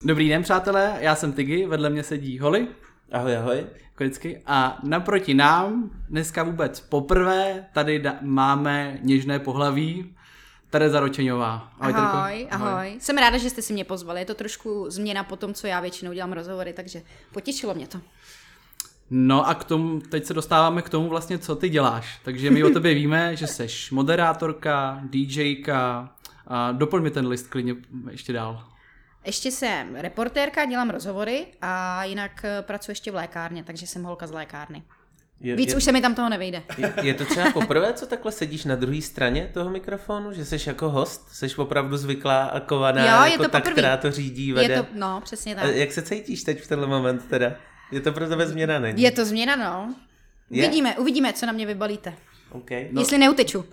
Dobrý den, přátelé, já jsem Tiggy, vedle mě sedí Holly. Ahoj, ahoj. Jako vždycky. A naproti nám, dneska vůbec poprvé, tady máme něžné pohlaví, Tereza Ročeňová. Ahoj, ahoj. Jsem ráda, že jste si mě pozvali, je to trošku změna po tom, co já většinou dělám rozhovory, takže potěšilo mě to. No a k tomu, teď se dostáváme k tomu vlastně, co ty děláš. Takže my o tobě víme, že seš moderátorka, DJka a doplň mi ten list klidně ještě dál. Ještě jsem reportérka, dělám rozhovory a jinak pracuji ještě v lékárně, takže jsem holka z lékárny. Víc už se mi tam toho nevejde. Je to třeba poprvé, co takhle sedíš na druhé straně toho mikrofonu, že jsi jako host, jsi opravdu zvyklá a kovaná, jako ta, která to řídí, vede. Je to, no, přesně tak. A jak se cítíš teď v tenhle moment teda? Je to pro tebe změna, není? Je to změna, no. Uvidíme, co na mě vybalíte. Okay. No. Jestli neuteču.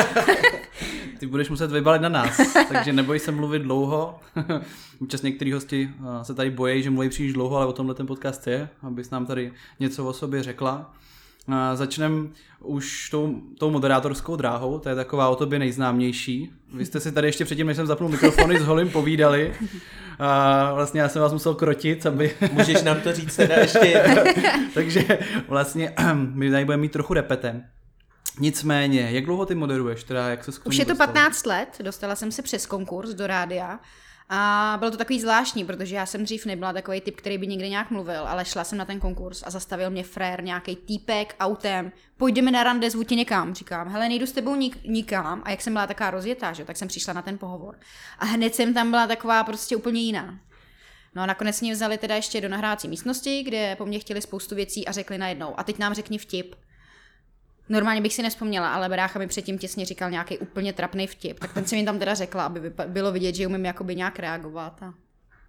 Ty budeš muset vybalit na nás, takže neboj se mluvit dlouho. Občas některý hosti se tady bojí, že mluví příliš dlouho, ale o tomhle ten podcast je, abys nám tady něco o sobě řekla. Začneme už tou moderátorskou dráhou, to je taková o tobě nejznámější. Vy jste si tady ještě předtím, než jsem zapnul mikrofony, s Holym povídali. Vlastně já jsem vás musel krotit, aby... Můžeš nám to říct teda ještě? Takže vlastně my tady budeme mít trochu repetem. Nicméně, jak dlouho ty moderuješ? Teda, jak se už je to 15 let, dostala jsem se přes konkurs do rádia a bylo to takový zvláštní, protože já jsem dřív nebyla takový typ, který by někde nějak mluvil, ale šla jsem na ten konkurs a zastavil mě frér, nějaký týpek autem, půjdeme na rande, zvu tě někam. Říkám, hele, nejdu s tebou nikam, a jak jsem byla taková rozjetá, že, tak jsem přišla na ten pohovor. A hned jsem tam byla taková prostě úplně jiná. No a nakonec mě vzali teda ještě do nahrávací místnosti, kde po mně chtěli spoustu věcí a řekli najednou, a teď nám řekni vtip. Normálně bych si nevzpomněla, ale brácha mi předtím těsně říkal nějaký úplně trapný vtip, tak ten si mi tam teda řekla, aby bylo vidět, že umím jakoby nějak reagovat. A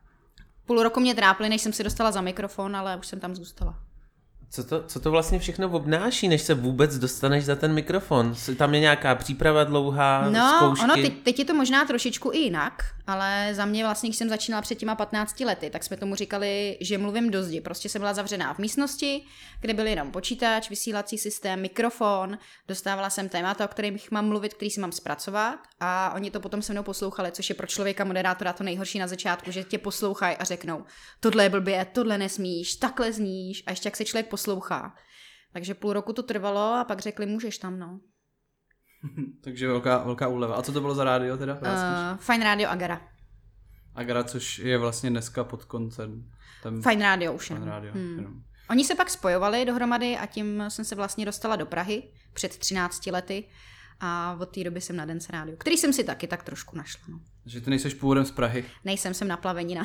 půl roku mě trápili, než jsem si dostala za mikrofon, ale už jsem tam zůstala. Co to vlastně všechno obnáší, než se vůbec dostaneš za ten mikrofon? Tam je nějaká příprava dlouhá, zkoušky? No, teď je to možná trošičku i jinak, ale za mě vlastně, když jsem začínala před těma 15 lety, tak jsme tomu říkali, že mluvím do zdi. Prostě jsem byla zavřená v místnosti, kde byl jenom počítač, vysílací systém, mikrofon, dostávala jsem témata, o kterých mám mluvit, který si mám zpracovat, a oni to potom se mnou poslouchali, což je pro člověka moderátora to nejhorší na začátku, že tě poslouchají a řeknou, tohle je blbě, tohle nesmíš, takhle zníš, a ještě jak se člověk poslouchá. Takže půl roku to trvalo a pak řekli, můžeš tam, no. Takže velká úleva. A co to bylo za rádio teda? Fajn rádio Agara. Agara, což je vlastně dneska pod koncem. Fajn rádio už Fajn rádio. Oni se pak spojovali dohromady a tím jsem se vlastně dostala do Prahy před 13 lety a od té doby jsem na Dance rádiu, který jsem si taky tak trošku našla. No. Že ty nejseš původem z Prahy? Nejsem, jsem na Plavenina.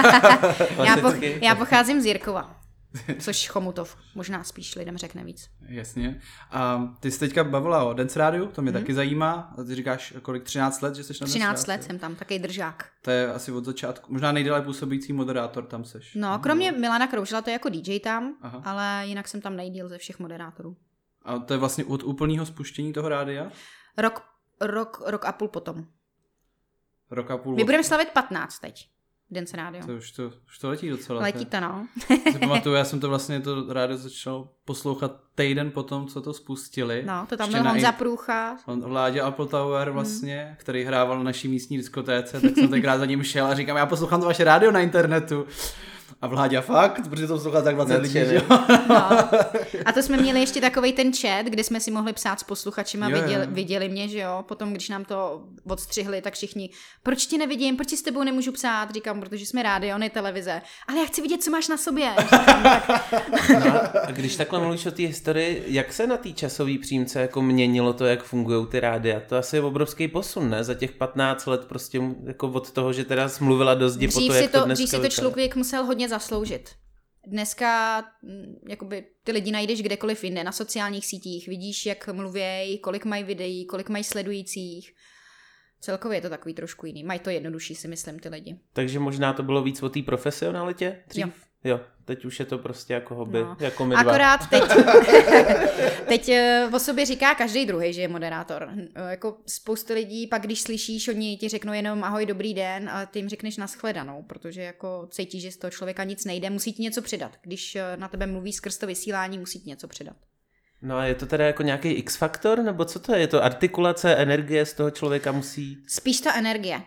Já pocházím z Jirkova. Což Chomutov, možná spíš lidem řekne víc. Jasně. A ty jsi teďka bavila o Dance rádiu, to mě taky zajímá. A ty říkáš, kolik 13 let, že jsi na Dance 13 let jsem tam, takový držák. To je asi od začátku, možná nejdéle působící moderátor tam seš. No, kromě Milana Kroužela, to je jako DJ tam, ale jinak jsem tam nejdýl ze všech moderátorů. A to je vlastně od úplného spuštění toho rádia? Rok a půl potom. Rok a půl. My budeme slavit 15 teď. Dance rádio. To už to letí docela. Letí to, no. Si pamatuju, já jsem to vlastně to rádio začal poslouchat týden potom, co to spustili. No, to tam byl Honza Průcha. Láďa Apple Tower vlastně, který hrával na naší místní diskotéce, tak jsem tenkrát za ním šel a říkám, já poslouchám to vaše rádio na internetu. A Vláďa fakt, protože to poslouchá tak 20 lidí, že jo? No. A to jsme měli ještě takovej ten chat, kde jsme si mohli psát s posluchačima, viděli mě, že jo? Potom, když nám to odstřihli, tak všichni, proč tě nevidím, proč s tebou nemůžu psát? Říkám, protože jsme rádio, ne televize. Ale já chci vidět, co máš na sobě. Říkám, tak. No, a když takhle mluvíš o té historii, jak se na té časové přímce jako měnilo to, jak fungují ty rádia? To asi je obrovský posun, ne? Za těch 15 let prostě jako od toho, že teda mluvila do zdi po to, jak to dneska dřív si to člověk musel hodně zasloužit. Dneska jakoby ty lidi najdeš kdekoliv jinde, na sociálních sítích, vidíš, jak mluvěj, kolik mají videí, kolik mají sledujících. Celkově je to takový trošku jiný. Mají to jednodušší, si myslím, ty lidi. Takže možná to bylo víc o té profesionalitě dřív? Jo, teď už je to prostě jako hobby, jako my dva. Akorát teď o sobě říká každý druhý, že je moderátor. Jako spoustu lidí, pak když slyšíš, oni ti řeknou jenom ahoj, dobrý den, a ty jim řekneš nashledanou, protože jako cítíš, že z toho člověka nic nejde, musí ti něco přidat. Když na tebe mluví skrz to vysílání, musí ti něco přidat. No a je to teda jako nějaký X-faktor, nebo co to je? Je to artikulace, energie z toho člověka musí? Spíš ta energie.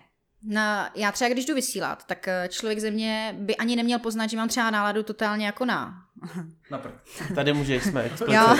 No, já třeba když jdu vysílat, tak člověk ze mě by ani neměl poznat, že mám třeba náladu totálně jako na prd. Tady můžeš, jsme explicit. Jo.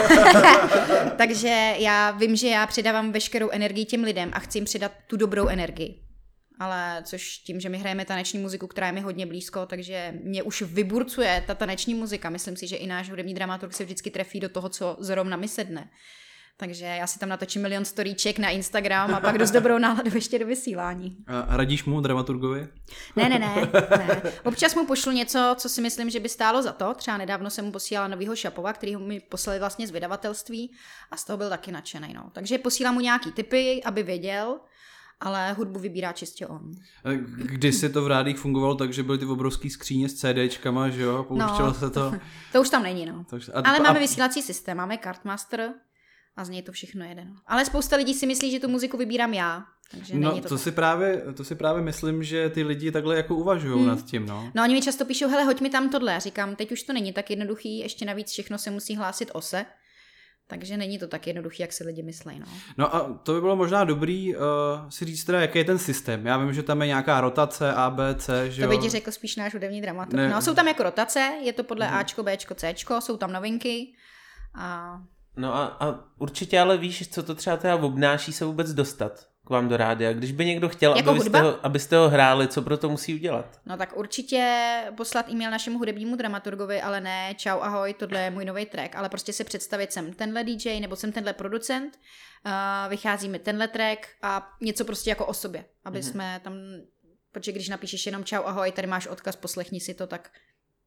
Takže já vím, že já předávám veškerou energii těm lidem a chci jim předat tu dobrou energii. Ale což tím, že my hrajeme taneční muziku, která je mi hodně blízko, takže mě už vyburcuje ta taneční muzika. Myslím si, že i náš hudební dramaturg se vždycky trefí do toho, co zrovna mi sedne. Takže já si tam natočím milion storíček na Instagram a pak dost dobrou náladu ještě do vysílání. A radíš mu, dramaturgovi? Ne. Občas mu pošlu něco, co si myslím, že by stálo za to. Třeba nedávno jsem mu posílala novýho Šapova, který mi poslali vlastně z vydavatelství a z toho byl taky nadšenej. No. Takže posílám mu nějaký tipy, aby věděl, ale hudbu vybírá čistě on. Kdysi to v rádích fungovalo tak, že byly ty obrovský skříně s CDčkama, že jo? Pouštělo se to. To už tam není, no. Ale máme vysílací systém, máme Cardmaster a z něj to všechno jede. No. Ale spousta lidí si myslí, že tu muziku vybírám já. Takže no, není to to si právě myslím, že ty lidi takhle jako uvažují nad tím, no. No, oni mi často píšou, hele, hoď mi tam tohle. Já říkám, teď už to není tak jednoduchý, ještě navíc všechno se musí hlásit OSE. Takže není to tak jednoduchý, jak si lidi myslí, no. No a to by bylo možná dobrý si říct teda, jaký je ten systém. Já vím, že tam je nějaká rotace A, B, C, že jo. To by ti řekl spíš náš hudební dramaturg. No, jsou tam jako rotace, je to podle Ačko, Bčko, Cčko, jsou tam novinky a... No a určitě ale víš, co to třeba teda obnáší se vůbec dostat k vám do rádia. Když by někdo chtěl, jako abyste ho hráli, co pro to musí udělat? No tak určitě poslat e-mail našemu hudebnímu dramaturgovi, ale ne, čau, ahoj, tohle je můj nový track, ale prostě se představit, jsem tenhle DJ nebo jsem tenhle producent, vychází mi tenhle track a něco prostě jako o sobě, aby jsme tam, protože když napíšeš jenom čau, ahoj, tady máš odkaz, poslechni si to, tak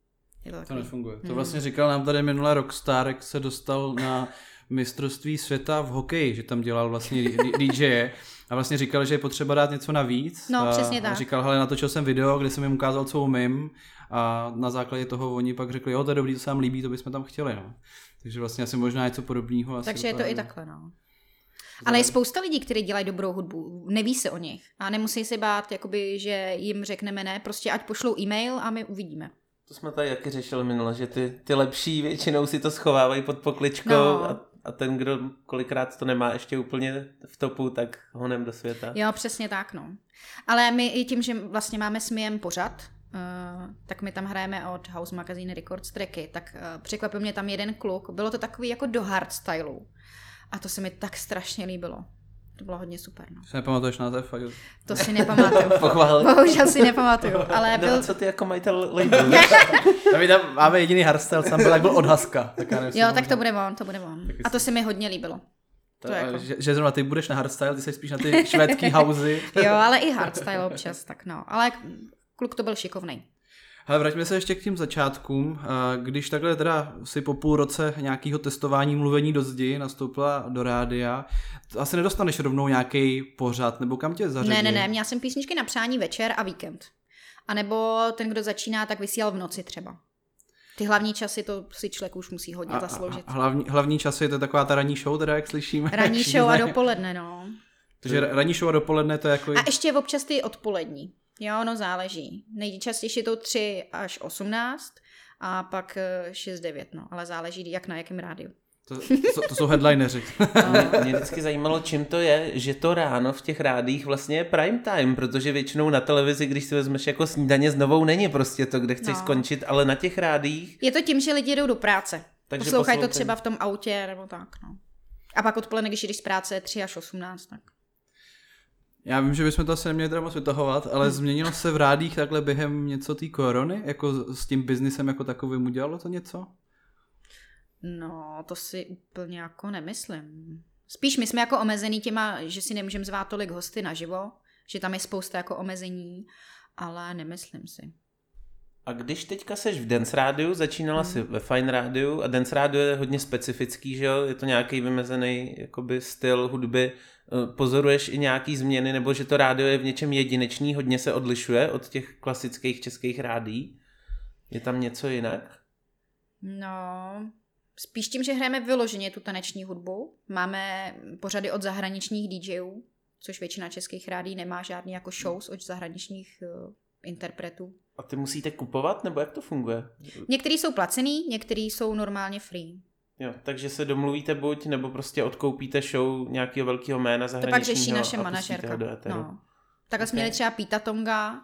je to takový. To nefunguje. To vlastně říkal nám tady minule Rockstar, jak se dostal na mistrovství světa v hokeji, že tam dělal vlastně DJ a vlastně říkal, že je potřeba dát něco navíc. No, přesně tak. A říkal, hele, natočil jsem video, kde jsem jim ukázal, co umím a na základě toho oni pak řekli, jo, to je dobrý, to se nám líbí, to bychom tam chtěli, no. Takže vlastně asi možná něco podobného. Takže je to i takhle, no. Ale je spousta lidí, kteří dělají dobrou hudbu, neví se o nich a nemusí se bát, jakoby, že jim řekneme ne, prostě ať pošlou e-mail a my uvidíme. To jsme tady taky řešili minule, že ty lepší většinou si to schovávají pod pokličkou a ten, kdo kolikrát to nemá ještě úplně v topu, tak honem do světa. Jo, přesně tak, no. Ale my i tím, že vlastně máme s Miem pořad, tak my tam hrajeme od House Magazine Records tracky, tak překvapil mě tam jeden kluk, bylo to takový jako do hardstylu a to se mi tak strašně líbilo. To bylo hodně super, no. Si nepamatuješ název? To si nepamatuju. Bohužel si nepamatuju, ale byl... No, co ty jako majitel label? My tam máme jediný hardstyle, tam byl, tak byl od Haska. Jo, tak to bude on. A to se mi hodně líbilo. To jako... že zrovna ty budeš na hardstyle, ty jsi spíš na ty švédský housey. Jo, ale i hardstyle občas, tak no. Ale kluk to byl šikovnej. Ale vraťme se ještě k tím začátkům. Když takhle teda si po půl roce nějakého testování mluvení do zdi nastoupila do rádia, asi nedostaneš rovnou nějaký pořad, nebo kam tě zařadí? Ne, měla jsem písničky na přání večer a víkend. A nebo ten, kdo začíná, tak vysílal v noci třeba. Ty hlavní časy, to si člověk už musí hodně zasloužit. Hlavní časy, to je taková ta ranní show, teda jak slyšíme. Ranní show a dopoledne, no. Takže ranní show a dopoledne to je jako... A ještě občas ty odpolední. Jo, no záleží. Nejčastější je to 3 až 18 a pak 6-9, no. Ale záleží jak na jakém rádiu. To jsou headlineři. Mě vždycky zajímalo, čím to je, že to ráno v těch rádiích vlastně je prime time, protože většinou na televizi, když si vezmeš jako snídaně s novou, není prostě to, kde chceš skončit, ale na těch rádiích... Je to tím, že lidi jdou do práce. Poslouchají to třeba v tom autě nebo tak, no. A pak odpoledne, když jdeš z práce 3 až 18, tak... Já vím, že bychom to asi neměli teda moc vytahovat, ale změnilo se v rádích takhle během něco té korony? Jako s tím biznisem jako takovým udělalo to něco? No, to si úplně jako nemyslím. Spíš my jsme jako omezený těma, že si nemůžeme zvát tolik hosty naživo, že tam je spousta jako omezení, ale nemyslím si. A když teďka seš v Dance rádiu, začínala si ve Fine rádiu a Dance rádio je hodně specifický, že jo? Je to nějaký vymezený jakoby styl hudby. Pozoruješ i nějaký změny, nebo že to rádio je v něčem jedinečný, hodně se odlišuje od těch klasických českých rádií? Je tam něco jinak? No, spíš tím, že hrajeme vyloženě tu taneční hudbu. Máme pořady od zahraničních DJů, což většina českých rádií nemá žádný jako shows od zahraničních interpretů. A ty musíte kupovat, nebo jak to funguje? Některý jsou placený, některý jsou normálně free. Jo, takže se domluvíte buď, nebo prostě odkoupíte show nějakého velkého jména zahraničního. To pak řeší naše manažerka. No. Takhle jsme měli třeba Pita Tonga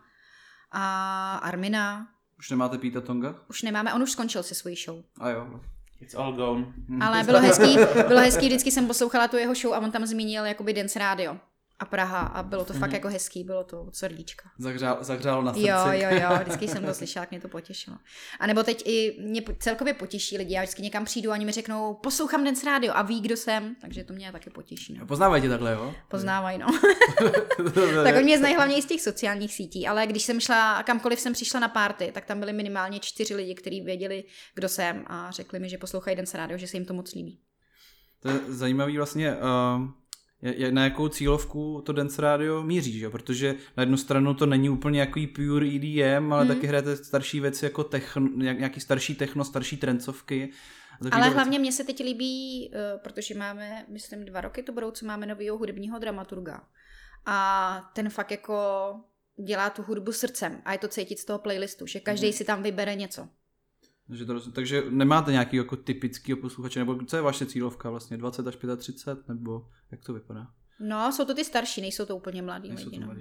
a Armina. Už nemáte Pita Tonga? Už nemáme, on už skončil se svojí show. A jo. It's all gone. Ale bylo hezký, vždycky jsem poslouchala tu jeho show a on tam zmínil jakoby Dance Radio a Praha a bylo to fakt jako hezký, bylo to od srdíčka. Zahřálo na srdci. Jo, vždycky jsem to slyšela, jak mě to potěšilo. A nebo teď i mě celkově potěší lidi, já vždycky někam přijdu a oni mi řeknou, poslouchám Dance Radio a ví, kdo jsem, takže to mě taky potěší. No. Poznávají tě takhle, jo? Poznávají, no. Tak oni mě znají hlavně i z těch sociálních sítí, ale když jsem šla, kamkoliv jsem přišla na party, tak tam byly minimálně 4 lidi, kteří věděli, kdo jsem a řekli mi, že poslouchají Dance Radio, že se jim to moc líbí. To je zajímavý vlastně, na jakou cílovku to Dance Radio míří, že? Protože na jednu stranu to není úplně jaký pure EDM, ale taky hrajete starší věci jako nějaký starší techno, starší trencovky. Ale hlavně mně se teď líbí, protože máme, myslím 2 roky to budou, co máme novýho hudebního dramaturga. A ten fakt jako dělá tu hudbu srdcem a je to cítit z toho playlistu, že každý si tam vybere něco. Takže nemáte nějaký jako typický posluchače, nebo co je vaše cílovka vlastně, 20 až 35, nebo jak to vypadá? No, jsou to ty starší, nejsou to úplně mladí lidi. No.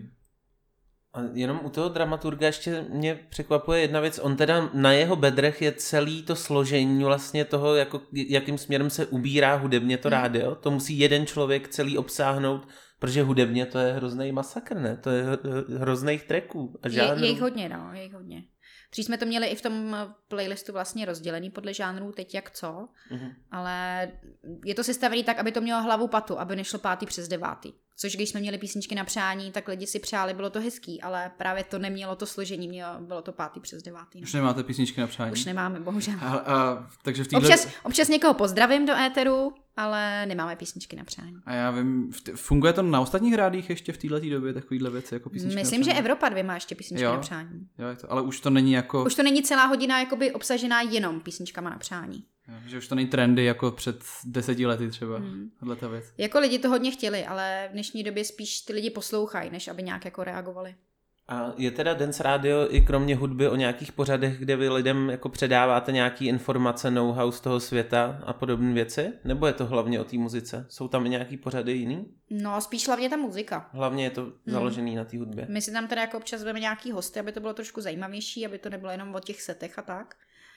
A jenom u toho dramaturga ještě mě překvapuje jedna věc, on teda na jeho bedrech je celý to složení vlastně toho, jako, jakým směrem se ubírá hudebně to rádio, to musí jeden člověk celý obsáhnout, protože hudebně to je hrozný masakr, ne? To je hrozných tracků a žánrů. Je jich hodně. Dřív jsme to měli i v tom playlistu vlastně rozdělený podle žánrů, teď jak co, ale je to sestavený tak, aby to mělo hlavu patu, aby nešlo 5. přes 9. Což když jsme měli písničky na přání, tak lidi si přáli, bylo to hezký, ale právě to nemělo to složení, bylo to 5. přes 9. No. Už nemáte písničky na přání? Už nemáme, bohužel. Takže v téhle... občas někoho pozdravím do éteru, ale nemáme písničky na přání. A já vím, funguje to na ostatních rádích ještě v této době takovýhle věci jako písničky Myslím, na přání? že Evropa 2 má ještě písničky na přání. Jo, ale už to není jako... Už to není celá hodina jakoby obsažená jenom písničkama na přání. Jo, že už to není trendy jako před 10 lety třeba, tato věc. Jako lidi to hodně chtěli, ale v dnešní době spíš ty lidi poslouchají, než aby nějak jako reagovali. A je teda Dance Radio i kromě hudby o nějakých pořadech, kde vy lidem jako předáváte nějaký informace, know-how z toho světa a podobné věci? Nebo je to hlavně o té muzice? Jsou tam i nějaký pořady jiný? No, spíš hlavně ta muzika. Hlavně je to založený na té hudbě. My si tam teda jako občas zveme nějaký hosty, aby to bylo trošku zajímavější, aby to nebylo jenom o těch setech a tak.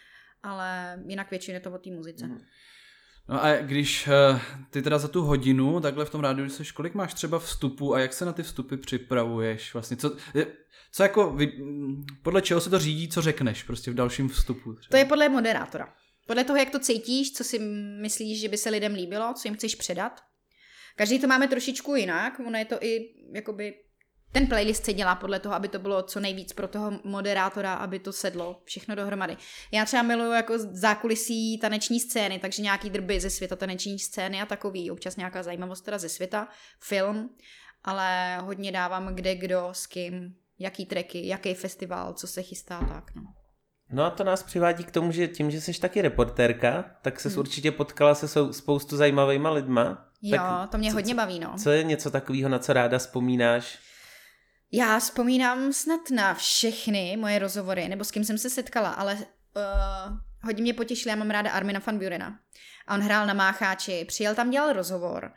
Ale jinak většinou je to o té muzice. No a když ty teda za tu hodinu takhle v tom rádiu seš, kolik máš třeba vstupů a jak se na ty vstupy připravuješ? Vlastně co jako podle čeho se to řídí, co řekneš prostě v dalším vstupu? Třeba? To je podle moderátora. Podle toho, jak to cítíš, co si myslíš, že by se lidem líbilo, co jim chceš předat. Každý to máme trošičku jinak, ono je to i jakoby ten playlist se dělá podle toho, aby to bylo co nejvíc pro toho moderátora, aby to sedlo všechno dohromady. Já třeba miluju jako zákulisí taneční scény, takže nějaký drby ze světa taneční scény a takový, občas nějaká zajímavost teda ze světa, film, ale hodně dávám kde, kdo, s kým, jaký tracky, jaký festival, co se chystá, tak no. No a to nás přivádí k tomu, že tím, že jsi taky reportérka, tak ses určitě potkala se spoustu zajímavýma lidma. Jo, to mě hodně baví, no. Co je něco takového, na co ráda vzpomínáš? Já vzpomínám snad na všechny moje rozhovory, nebo s kým jsem se setkala, ale hodně mě potěšil, já mám ráda Armina van Burena. A on hrál na Mácháči, přijel tam, dělal rozhovor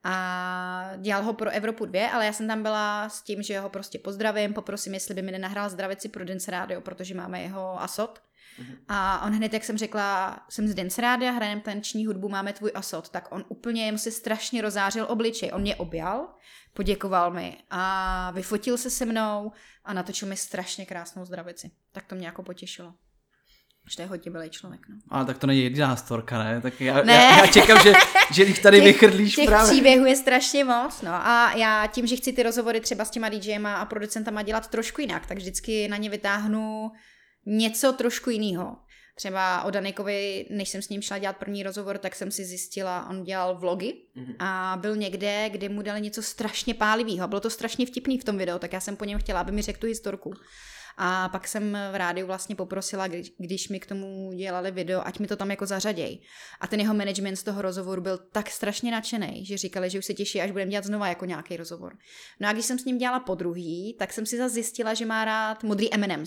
a dělal ho pro Evropu 2, ale já jsem tam byla s tím, že ho prostě pozdravím, poprosím, jestli by mi nenahrál zdravici pro Dance Radio, protože máme jeho asot. A on hned, jak jsem řekla, jsem z Dance Rádia, hrajeme taneční hudbu, máme tvůj asot, tak on úplně jemu si strašně rozářil obličej. On mě objal, poděkoval mi a vyfotil se mnou a natočil mi strašně krásnou zdravici. Tak to mě jako potěšilo. Že to je hodně milý člověk, no. Ale tak to není jediná storka, ne? Tak já čekám, že jich tady vychrlíš právě. Těch příběhů je strašně moc, no. A já tím, že chci ty rozhovory třeba s těma DJema a producentama dělat trošku jinak, tak vždycky na ně vytáhnu něco trošku jiného. Třeba o Danikovi, než jsem s ním šla dělat první rozhovor, tak jsem si zjistila, on dělal vlogy a byl někde, kde mu dali něco strašně pálivého. Bylo to strašně vtipný v tom videu, tak já jsem po něm chtěla, aby mi řekl tu historku. A pak jsem v rádiu vlastně poprosila, když mi k tomu dělali video, ať mi to tam jako zařaděj. A ten jeho management z toho rozhovoru byl tak strašně nadšený, že říkali, že už se těší, až budeme dělat znova jako nějaký rozhovor. No a když jsem s ním dělala podruhý, tak jsem si zase zjistila, že má rád modrý M&M's.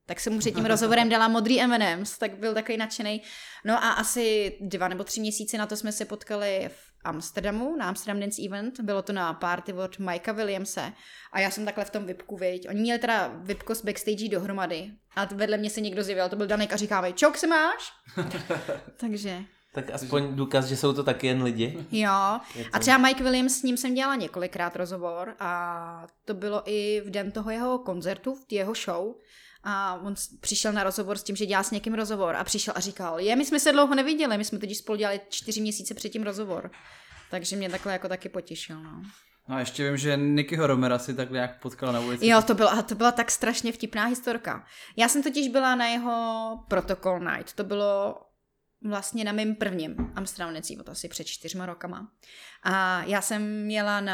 Tak jsem mu před tím rozhovorem dala modrý M&M's, tak byl takový nadšenej. No a asi 2 nebo 3 měsíce na to jsme se potkali v Amsterdamu, na Amsterdam Dance Event. Bylo to na party od Mikea Williamse a já jsem takhle v tom VIPku, viď. Oni měli teda VIPko z backstage dohromady a vedle mě se někdo zjevil, to byl Danek a říká, čau, jak se máš? Takže... Tak aspoň důkaz, že jsou to taky jen lidi. Jo, a třeba Mike Williams, s ním jsem dělala několikrát rozhovor a to bylo i v den toho jeho koncertu, v jeho show. A on přišel na rozhovor s tím, že dělá s někým rozhovor a přišel a říkal, my jsme se dlouho neviděli, my jsme totiž spolu dělali 4 měsíce předtím rozhovor. Takže mě takhle jako taky potěšil, no. No a ještě vím, že Nickyho Romera si takhle nějak potkala na ulici. Jo, to byla tak strašně vtipná historka. Já jsem totiž byla na jeho Protocol Night, to bylo vlastně na mém prvním Amsterdam Dance Event, asi před 4 rokama. A já jsem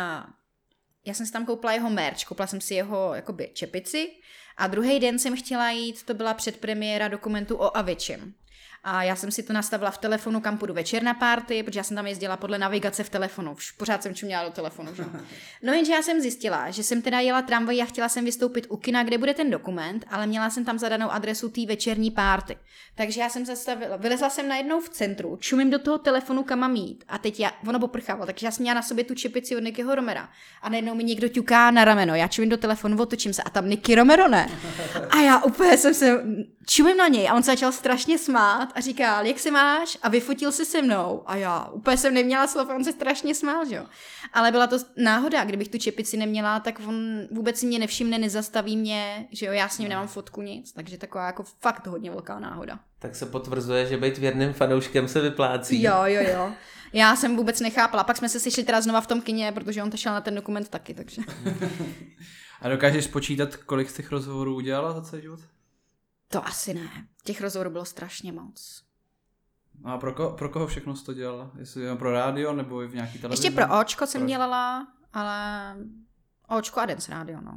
si tam koupila jeho merch, koupila jsem si jeho jakoby čepici a druhý den jsem chtěla jít, to byla předpremiéra dokumentu o Avicim. A já jsem si to nastavila v telefonu, kam půjdu večer na party, protože já jsem tam jezdila podle navigace v telefonu. Pořád jsem čuměla do telefonu. Že? No jenže já jsem zjistila, že jsem teda jela tramvají a chtěla jsem vystoupit u kina, kde bude ten dokument, ale měla jsem tam zadanou adresu té večerní party. Takže já jsem vylezla jsem najednou v centru, čumím do toho telefonu, kam mám jít. A teď ono poprchalo, takže já jsem měla na sobě tu čepici od Nickyho Romera. A najednou mi někdo ťuká na rameno. Já čumím do telefonu, otočím se a tam Nicky Romero ne. A já úplně jsem se čumím na něj a on se začal strašně smát a říkal, jak se máš? A vyfotil se se mnou. A já úplně jsem neměla slov a on se strašně smál, že jo. Ale byla to náhoda, kdybych tu čepici neměla, tak on vůbec si mě nevšimne, nezastaví mě, že jo, já s ním nemám fotku nic, takže taková jako fakt hodně velká náhoda. Tak se potvrzuje, že být věrným fanouškem se vyplácí. Jo. Já jsem vůbec nechápala, pak jsme se sešli teda znova v tom kině, protože on to šel na ten dokument taky, takže. A dokážeš spočítat, kolik z těch rozhovorů udělala za celý život? To asi ne. Těch rozhovorů bylo strašně moc. A pro koho všechno jsi to dělala? Jestli jen pro rádio nebo i v nějaký televizi? Ještě pro Očko jsem dělala, ale Očko a Dance Radio, no.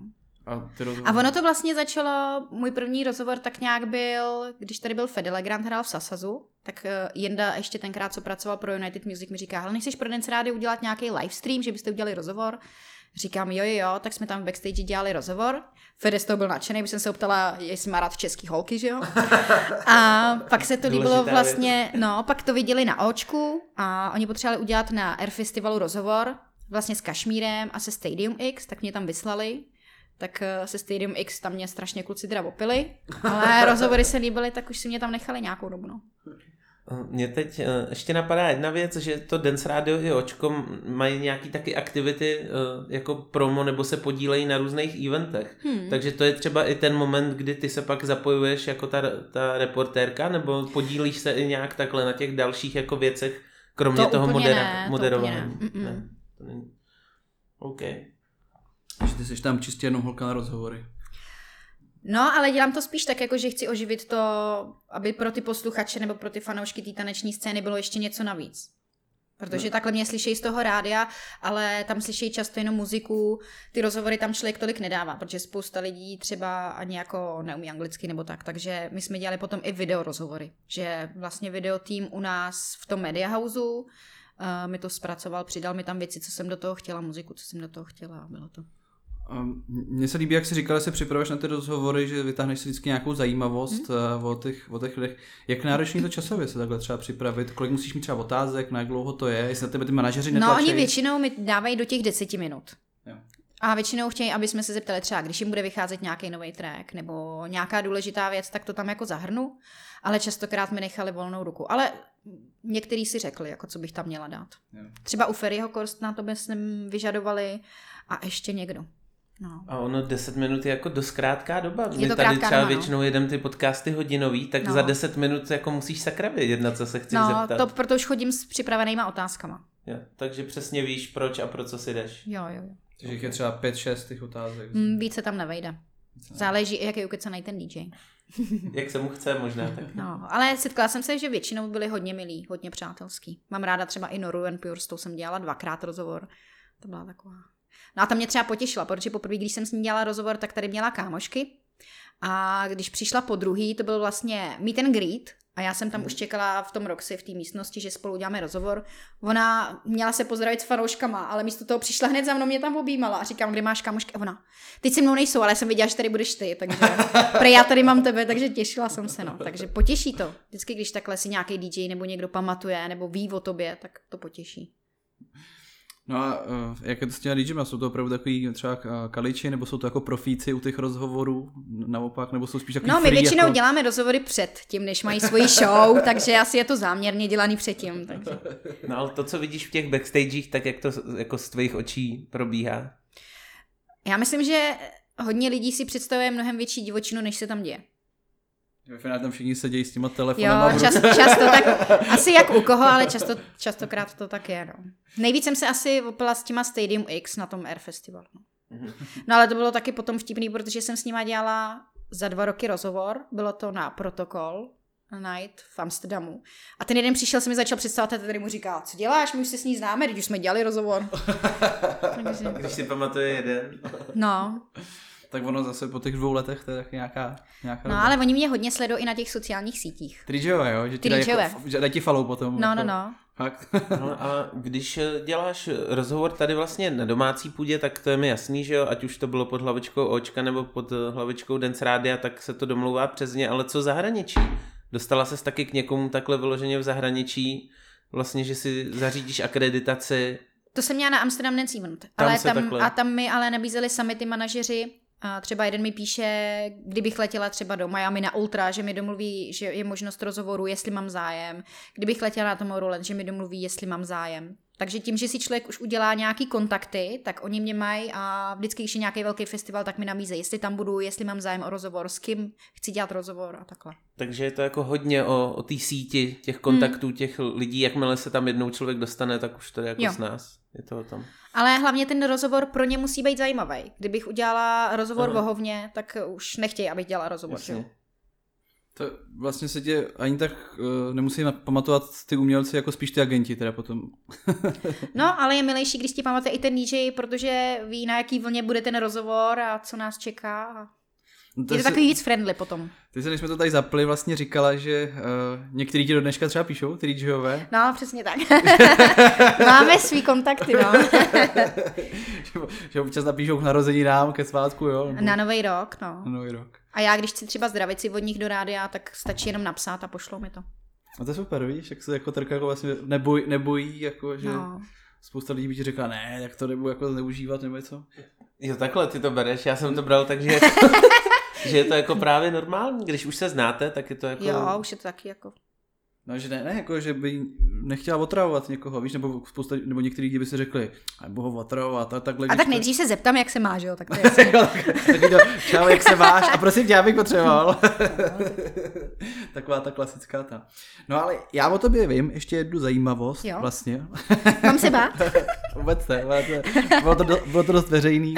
A ono to vlastně začalo, můj první rozhovor tak nějak byl, když tady byl Fede Legrand, hrál v Sasazu, tak Jenda ještě tenkrát, co pracoval pro United Music, mi říká, hele, nechceš pro Dance Radio udělat nějaký livestream, že byste udělali rozhovor? Říkám, jo, tak jsme tam v backstage dělali rozhovor. Fede z toho byl nadšený, když jsem se optala, jestli má rád český holky, že jo? A pak se to líbilo vlastně, pak to viděli na Očku a oni potřebovali udělat na Air Festivalu rozhovor, vlastně s Kašmírem a se Stadium X, tak mě tam vyslali. Tak se Stadium X tam mě strašně kluci teda opili, ale rozhovory se líbily, tak už si mě tam nechali nějakou dobu, no. Mně teď ještě napadá jedna věc, že to Dance Radio i Očko mají nějaký taky aktivity jako promo nebo se podílejí na různých eventech. Takže to je třeba i ten moment, kdy ty se pak zapojuješ jako ta reportérka nebo podílíš se i nějak takhle na těch dalších jako věcech, kromě to toho moderování. Ne, to není. OK. Že ty jsi tam čistě jenom holka na rozhovory. No, ale dělám to spíš tak, jako že chci oživit to, aby pro ty posluchače nebo pro ty fanoušky té taneční scény bylo ještě něco navíc. Protože takhle mě slyšejí z toho rádia, ale tam slyšejí často jenom muziku, ty rozhovory tam člověk tolik nedává, protože spousta lidí třeba ani jako neumí anglicky nebo tak, takže my jsme dělali potom i video rozhovory, že vlastně video tým u nás v tom Media Houseu mi to zpracoval, přidal mi tam věci, co jsem do toho chtěla, muziku, co jsem do toho chtěla a bylo to. Mně se líbí, jak jsi říkala, že se připravuješ na ty rozhovory, že vytáhneš si vždycky nějakou zajímavost o těch lidech. Jak náročný to časově se takhle třeba připravit? Kolik musíš mít třeba otázek, na jak dlouho to je? Jestli na tebe ty manažeři netlačí? No oni většinou mi dávají do těch 10 minut. Jo. A většinou chtějí, aby jsme se zeptali třeba, když jim bude vycházet nějaký nový track nebo nějaká důležitá věc, tak to tam jako zahrnu, ale častokrát mi nechali volnou ruku. Ale některý si řekli, jako co bych tam měla dát. Jo. Třeba u Ferryho Korstna to bychom vyžadovali a ještě někdo. No. A ono 10 minut je jako dost krátká doba. Je My to tady třeba doba, většinou jedeme ty podcasty hodinový, tak za 10 minut jako musíš sakra vědět, na co se chceš zeptat. No, proto už chodím s připravenýma otázkama. Jo, takže přesně víš, proč a pro co si jdeš. Jo. Takže je třeba 5-6 těch otázek. Více tam nevejde. Záleží, jaký ukecanej ten DJ. Jak se mu chce možná. Tak. No, ale setkala jsem se, že většinou byli hodně milí, hodně přátelský. Mám ráda třeba i Noru and Pure, s tou jsem dělala 2krát rozhovor. To byla taková... No a ta mě třeba potěšila, protože poprvé, když jsem s ní dělala rozhovor, tak tady měla kámošky. A když přišla po druhý, to byl vlastně meet and greet A já jsem tam už čekala v tom Roxy, v té místnosti, že spolu uděláme rozhovor. Ona měla se pozdravit s fanouškama, ale místo toho přišla hned za mnou, mě tam objímala a říkám, kde máš kamošky? A ona, teď se mnou nejsou, ale jsem viděla, že tady budeš ty, takže prej já tady mám tebe, takže těšila jsem se, no. Takže potěší to. Vždycky, když takhle si nějaký DJ nebo někdo pamatuje, nebo ví o tobě, tak to potěší. No a jak je to s těmi DJma? Jsou to opravdu takový třeba kaliči, nebo jsou to jako profíci u těch rozhovorů naopak, nebo jsou spíš takový No, my free, většinou jako... děláme rozhovory před tím, než mají svoji show, takže asi je to záměrně dělaný předtím. Takže. No ale to, co vidíš v těch backstagech, tak jak to jako z tvých očí probíhá? Já myslím, že hodně lidí si představuje mnohem větší divočinu, než se tam děje. Ve finále tam všichni sedějí s těma telefonama. Jo, často tak, asi jak u koho, ale častokrát to tak je. No. Nejvíc jsem se asi opila s těma Stadium X na tom Air Festival. No ale to bylo taky potom vtipný, protože jsem s nima dělala za 2 roky rozhovor, bylo to na Protocol Night v Amsterdamu. A ten jeden přišel, se mi začal představovat a tady mu říká, co děláš, my už se s ní známe, když už jsme dělali rozhovor. Takže... Když si pamatuje jeden. No. Tak ono zase po těch 2 letech to je tak nějaká No doba. ale oni mě hodně sledují i na těch sociálních sítích. Ty DJové, jo? Že ti dají ti follow potom. No, jako... no. Fakt. No a když děláš rozhovor tady vlastně na domácí půdě, tak to je mi jasný, že jo, ať už to bylo pod hlavičkou Očka nebo pod hlavičkou Dance Rádia, tak se to domlouvá přes ně, ale co zahraničí? Dostala ses taky k někomu takhle vyloženě v zahraničí, vlastně, že si zařídíš akreditaci? To jsem měla na Amsterdam Dance Event, tam mi ale nabízeli sami ty manažeři. A třeba jeden mi píše, kdybych letěla třeba do Miami na Ultra, že mi domluví, že je možnost rozhovoru, jestli mám zájem. Kdybych letěla na Tomorrowland, že mi domluví, jestli mám zájem. Takže tím, že si člověk už udělá nějaký kontakty, tak oni mě mají a vždycky, když je nějaký velký festival, tak mi nabízejí, jestli tam budu, jestli mám zájem o rozhovor, s kým chci dělat rozhovor a takhle. Takže je to jako hodně o té síti, těch kontaktů, těch lidí, jakmile se tam jednou člověk dostane, tak už to je jako s nás. Je to o tom. Ale hlavně ten rozhovor pro ně musí být zajímavý. Kdybych udělala rozhovor o hovně, tak už nechtějí, abych dělala rozhovor. To vlastně se tě ani tak nemusí pamatovat ty umělci, jako spíš ty agenti teda potom. No, ale je milejší, když ti pamatuje i ten DJ, protože ví, na jaký vlně bude ten rozhovor a co nás čeká. Je to takový víc friendly potom. Ty se, než jsme to tady zapli, vlastně říkala, že některý ti do dneška třeba píšou, ty DJové. No, přesně tak. Máme svý kontakty, no. že občas napíšou k narozeninám, ke svátku, jo? Nebo... Na Nový rok, no. Na Nový rok. A já, když chci třeba zdravici od nich do rádia, tak stačí jenom napsat a pošlou mi to. A to je super, víš, jak se jako Trka jako vlastně nebojí, jako že spousta lidí by ti řekla, ne, jak to nebudu jako zneužívat nebo něco. Jo, takhle ty to bereš, já jsem to bral tak, že je to jako právě normální, když už se znáte, tak je to jako... Jo, už je to taky jako... No, že ne, jako, že by nechtěla otravovat někoho, víš, nebo některý lidi by si řekli, nebo ho otravovat a takhle. A tak nejdřív se zeptám, jak se máš, jo, tak to je jasný. Čau, jak se máš? A prosím tě, já bych potřeboval. Taková ta klasická ta. No ale já o tobě vím, ještě jednu zajímavost, jo. Vlastně. Mám se bát? Vůbec ne, bylo to dost veřejný.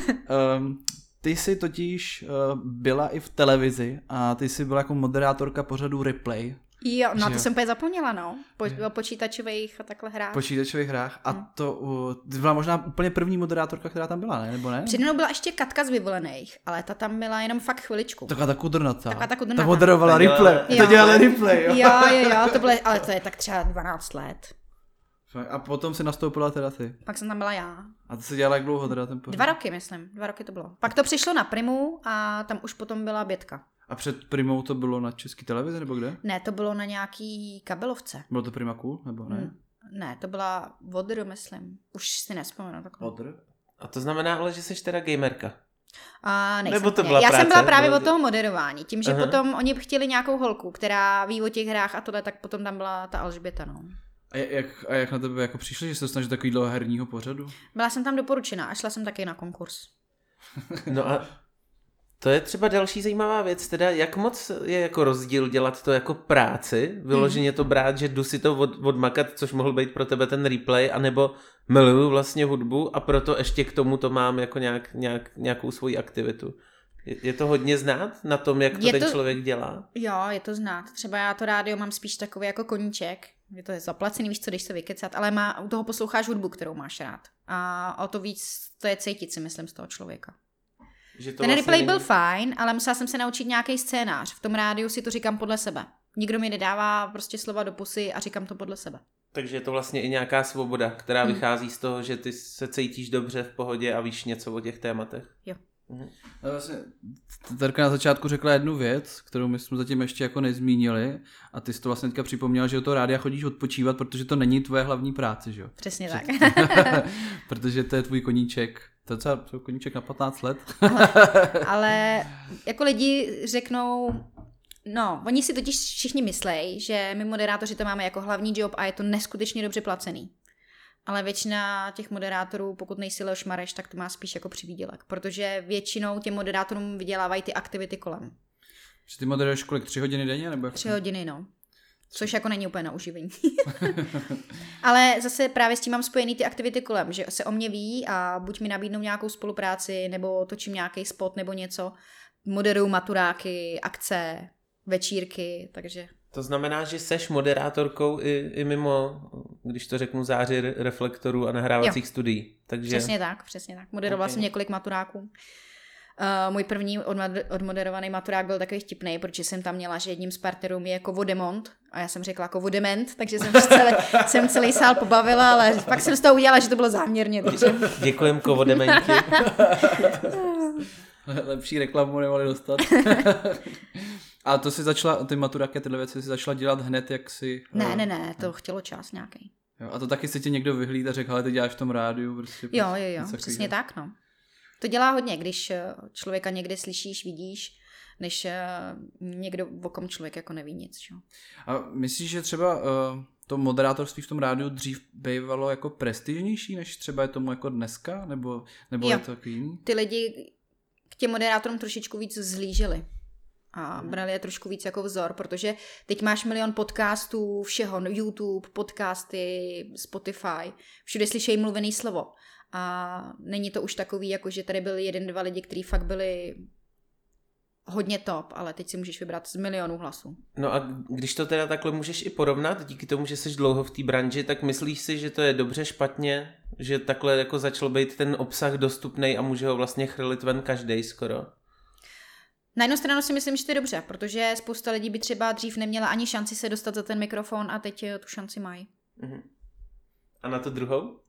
Ty jsi totiž byla i v televizi a ty jsi byla jako moderátorka pořadu Replay. Jo, no to jsem úplně zapomněla, no. O počítačových a takhle hrách. Počítačových hrách. A to byla možná úplně první moderátorka, která tam byla, ne? Nebo ne? Před mnou byla ještě Katka z Vyvolených, ale ta tam byla jenom fakt chviličku. Taková ta kudrnatá. Ta moderovala Replay. To dělala Replay, jo? Jo, to bylo, ale to je tak třeba 12 let. A potom si nastoupila teda ty. Pak jsem tam byla já. A to se dělala jak dlouho teda ten pořad? 2 roky, myslím. 2 roky to bylo. Pak to přišlo na Primu a tam už potom byla Bětka. A před Primou to bylo na České televizi nebo kde? Ne, to bylo na nějaký kabelovce. Bylo to Prima Cool nebo ne? Ne, to byla Vodr, myslím. Už si nespomenu takhle. Vodr? A to znamená ale, že jsi teda gamerka. A nejsem. Nebo to byla Já práce, jsem byla právě od toho moderování. Tím, že potom oni chtěli nějakou holku, která ví o těch hrách a tohle, tak potom tam byla ta Alžběta, no. A jak na tebe jako přišli, že se dostaneš do takovýhle herního pořadu? Byla jsem tam doporučená a šla jsem taky na konkurs. No a to je třeba další zajímavá věc, teda jak moc je jako rozdíl dělat to jako práci, vyloženě to brát, že jdu si to odmakat, což mohl být pro tebe ten Replay, anebo miluju vlastně hudbu a proto ještě k tomu to mám jako nějakou svoji aktivitu. Je to hodně znát na tom, jak to ten člověk dělá? Jo, je to znát. Třeba já to rádio mám spíš takový jako koníček. Je to zaplacený, víš co, když se vykecat, ale u toho posloucháš hudbu, kterou máš rád. A o to víc to je cítit si, myslím, z toho člověka. Ten vlastně Replay byl fajn, ale musela jsem se naučit nějaký scénář. V tom rádiu si to říkám podle sebe. Nikdo mi nedává prostě slova do pusy a říkám to podle sebe. Takže je to vlastně i nějaká svoboda, která vychází z toho, že ty se cítíš dobře v pohodě a víš něco o těch tématech. Jo. Vlastně Terka na začátku řekla jednu věc, kterou my jsme zatím ještě jako nezmínili, a ty jsi to vlastně teďka připomněla, že do toho rádia chodíš odpočívat, protože to není tvoje hlavní práce, že jo? Přesně tak. Protože to je tvůj koníček. To je docela koníček na 15 let. Ale jako lidi řeknou, no, oni si totiž všichni myslejí, že my moderátoři to máme jako hlavní job a je to neskutečně dobře placený. Ale většina těch moderátorů, pokud nejsi Leoš Mareš, tak to má spíš jako přivýdělek, protože většinou těm moderátorům vydělávají ty aktivity kolem. Že ty moderuješ kolik? 3 hodiny denně? Nebo 3 hodiny, no. Což jako není úplně na uživení. Ale zase právě s tím mám spojený ty aktivity kolem, že se o mě ví a buď mi nabídnou nějakou spolupráci, nebo točím nějaký spot nebo něco. Moderuju maturáky, akce, večírky, takže... To znamená, že seš moderátorkou i mimo, když to řeknu, záři reflektorů a nahrávacích studií. Takže... Přesně tak. Moderovala jsem několik maturáků. Můj první odmoderovaný maturák byl takový vtipný, protože jsem tam měla, že jedním z partnerů je Kovodemont a já jsem řekla Kovodement, takže jsem celý sál pobavila, ale pak jsem z toho udělala, že to bylo záměrně. Takže... Děkujem Kovodementi. Lepší reklamu nemohli dostat. A to si začala, ty maturáky a tyhle věci si začala dělat hned, jak si... Ne, to chtělo čas nějaký. Jo, a to taky se ti někdo vyhlíd a řekl, ale ty děláš v tom rádiu. Prostě, jo, přesně tak, no. To dělá hodně, když člověka někde slyšíš, vidíš, než někdo, o kom člověk jako neví nic. Čo? A myslíš, že třeba to moderátorství v tom rádiu dřív bývalo jako prestižnější, než třeba je tomu jako dneska? Nebo je to takový jiný? Ty lidi k těm moderátorům trošičku víc zhlíželi. A brali je trošku víc jako vzor, protože teď máš milion podcastů, všeho, YouTube, podcasty, Spotify, všude slyšejí mluvený slovo. A není to už takový, jako že tady byli 1-2 lidi, kteří fakt byli hodně top, ale teď si můžeš vybrat z milionů hlasů. No a když to teda takhle můžeš i porovnat, díky tomu, že jsi dlouho v té branži, tak myslíš si, že to je dobře, špatně, že takhle jako začal být ten obsah dostupný a může ho vlastně chrlit ven každej skoro? Na jednu stranu si myslím, že to je dobře, protože spousta lidí by třeba dřív neměla ani šanci se dostat za ten mikrofon a teď tu šanci mají. A na to druhou?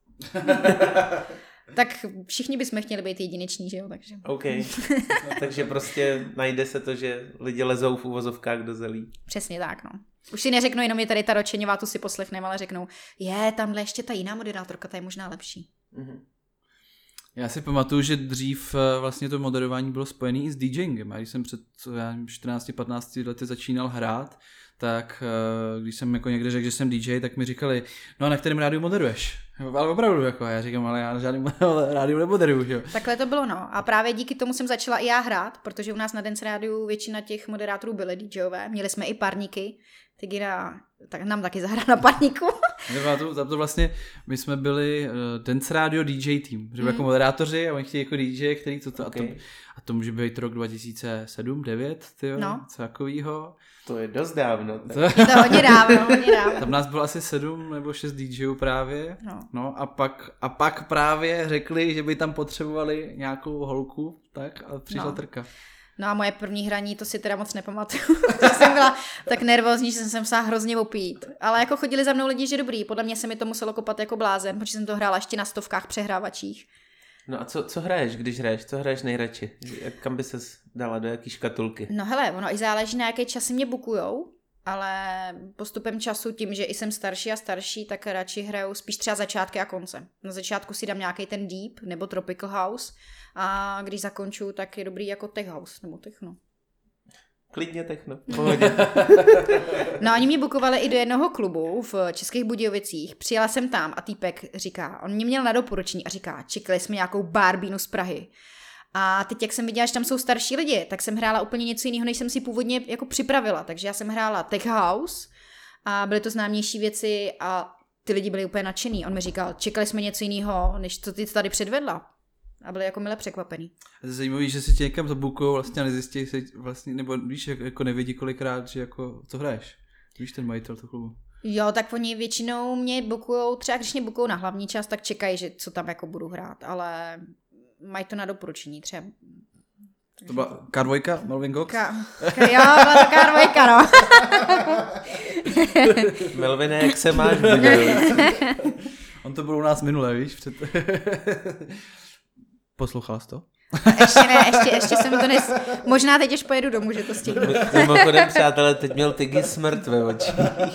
Tak všichni bychom chtěli být jedineční, že jo? Takže. OK. Takže prostě najde se to, že lidi lezou v uvozovkách do zelí. Přesně tak, no. Už si neřeknu jenom je tady ta Ročeňová, tu si poslechneme, ale řeknou, tamhle ještě ta jiná moderátorka, ta je možná lepší. Já si pamatuju, že dřív vlastně to moderování bylo spojené i s DJingem. A když jsem před 14-15 lety začínal hrát, tak když jsem jako někde řekl, že jsem DJ, tak mi říkali, no a na kterém rádiu moderuješ? Ale opravdu, jako já říkám, ale já na žádným rádiu nemoderuju. Jo. Takhle to bylo, no. A právě díky tomu jsem začala i já hrát, protože u nás na Dance rádiu většina těch moderátorů byly DJové. Měli jsme i parníky, tak nám taky zahrá na parníku. To vlastně, my jsme byli Dance Radio DJ tým, že jako moderátoři a oni chtějí jako DJ, který to okay. A to může být rok 2007, 2009, co takovýho. To je dost dávno. To hodně dávno. Tam nás bylo asi 7 nebo 6 DJů právě. No a pak právě řekli, že by tam potřebovali nějakou holku, tak a přišla Trka. No a moje první hraní, to si teda moc nepamatuju. Jsem byla tak nervózní, že jsem se musela hrozně opít. Ale jako chodili za mnou lidi, že dobrý. Podle mě se mi to muselo kopat jako blázen, protože jsem to hrála ještě na stovkách přehrávačích. No a co hraješ, když hraješ? Co hraješ nejradši? Kam by ses dala, do jaký škatulky? No hele, ono i záleží, na jaký čas mě bukujou, ale postupem času tím, že i jsem starší a starší, tak radši hraju spíš třeba začátky a konce. Na začátku si dám nějaký ten deep nebo tropical house a když zakonču, tak je dobrý jako tech house nebo techno. Klidně techno. Pohodě. No oni mě bukovali i do jednoho klubu v Českých Budějovicích. Přijela jsem tam a týpek říká, on mě měl na doporučení a říká, čekali jsme nějakou Barbínu z Prahy. A teď, jak jsem viděla, že tam jsou starší lidi, tak jsem hrála úplně něco jiného, než jsem si původně jako připravila. Takže já jsem hrála tech house a byly to známější věci a ty lidi byli úplně nadšený. On mi říkal, čekali jsme něco jiného, než co ty tady předvedla. A byli jako mile překvapený. A to je zajímavý, že si tě někam zabukujou vlastně a nezjistí se vlastně, nebo víš, jako nevědí kolikrát, že jako co hraješ. Víš ten majitel toho klubu. Jo, tak oni většinou mě bukujou, třeba když mě bukujou na hlavní čas, tak čekají, že co tam jako budu hrát, ale mají to na doporučení třeba. To byla K2, Melvin Cox? Jo, byla to K2, no. Melvine, jak se máš? Budějovic? On to byl u nás minule, víš? Poslouchala jsi to? Ještě ne, ještě jsem to Možná teď, až pojedu domů, že to stihnu. Mimochodem, přátelé, teď měl Tiggy smrt ve očích.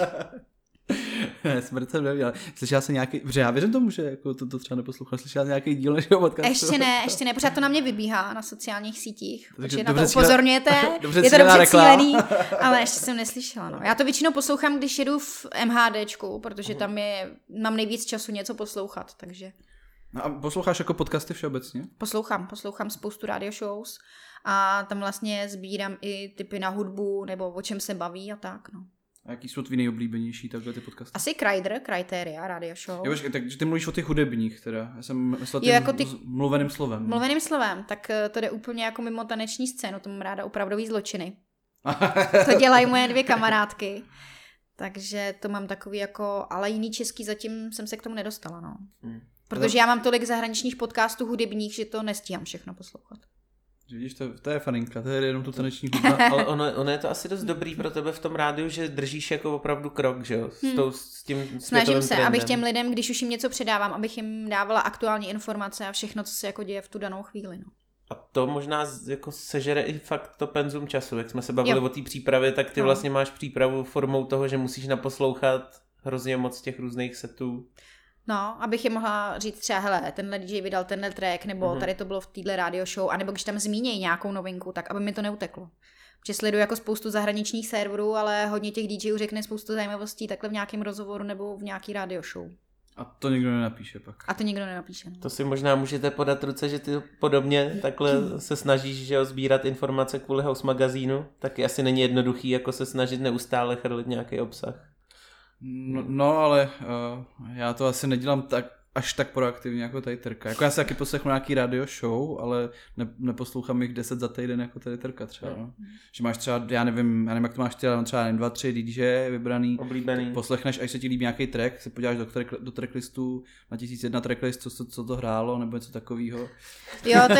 Ne, smrt jsem nevěděl. Slyšela jsi nějaký, protože já věřím tomu, že jako to třeba neposlouchal, slyšela jsi nějaký díl našeho podcastu? Ještě ne, pořád to na mě vybíhá na sociálních sítích, Takže protože na to upozorňujete, je to dobře cílený, ale ještě jsem neslyšela. No. Já to většinou poslouchám, když jedu v MHDčku, protože tam mám nejvíc času něco poslouchat, takže... A posloucháš jako podcasty všeobecně? Poslouchám spoustu radio shows a tam vlastně sbírám i tipy na hudbu nebo o čem se baví a tak, no. A jaký jsou tvý nejoblíbenější takhle ty podcasty? Asi Criteria, radio show. Jo, počkej, takže ty mluvíš o těch hudebních teda. Já jsem myslel tím jako mluveným slovem. Mluveným slovem, tak to jde úplně jako mimo taneční scénu, to mám ráda opravdový zločiny. To dělají moje 2 kamarádky. Takže to mám takový jako, ale jiný český zatím jsem se k tomu nedostala, no. Protože já mám tolik zahraničních podcastů hudebních, že to nestíhám všechno poslouchat. Vidíš, to je faninka, to je jenom tu taneční hudba. Ale ono je to asi dost dobrý pro tebe v tom rádiu, že držíš jako opravdu krok, že jo? S tím snažím se, trendem. abych těm lidem, když už jim něco předávám, abych jim dávala aktuální informace a všechno, co se jako děje v tu danou chvíli, no. A to možná jako sežere i fakt to penzum času. Jak jsme se bavili o té přípravě, tak ty vlastně máš přípravu formou toho, že musíš naposlouchat hrozně moc těch různých setů. No, abych je mohla říct třeba, hele, tenhle DJ vydal tenhle track, nebo tady to bylo v téhle radio show, anebo když tam zmínějí nějakou novinku, tak aby mi to neuteklo. Protože sleduju jako spoustu zahraničních serverů, ale hodně těch DJů řekne spoustu zajímavostí takhle v nějakém rozhovoru nebo v nějaký radio show. A to nikdo nenapíše pak. A to nikdo nenapíše. No. To si možná můžete podat ruce, že ty podobně takhle se snažíš, že jo, sbírat informace kvůli House magazínu, taky asi není jednoduchý jako se snažit neustále chrlit nějaký obsah. No ale já to asi nedělám až tak proaktivně jako tady Terka. Jako já si taky poslechnu nějaký radio show, ale neposlouchám jich 10 za týden jako tady Terka třeba. No. Že máš třeba, já nevím, jak to máš třeba 2, 3 DJ vybraný. Oblíbený. Poslechneš, až se ti líbí nějaký track, se podíváš do tracklistu na 1001 tracklist, co to hrálo, nebo něco takového. Jo, to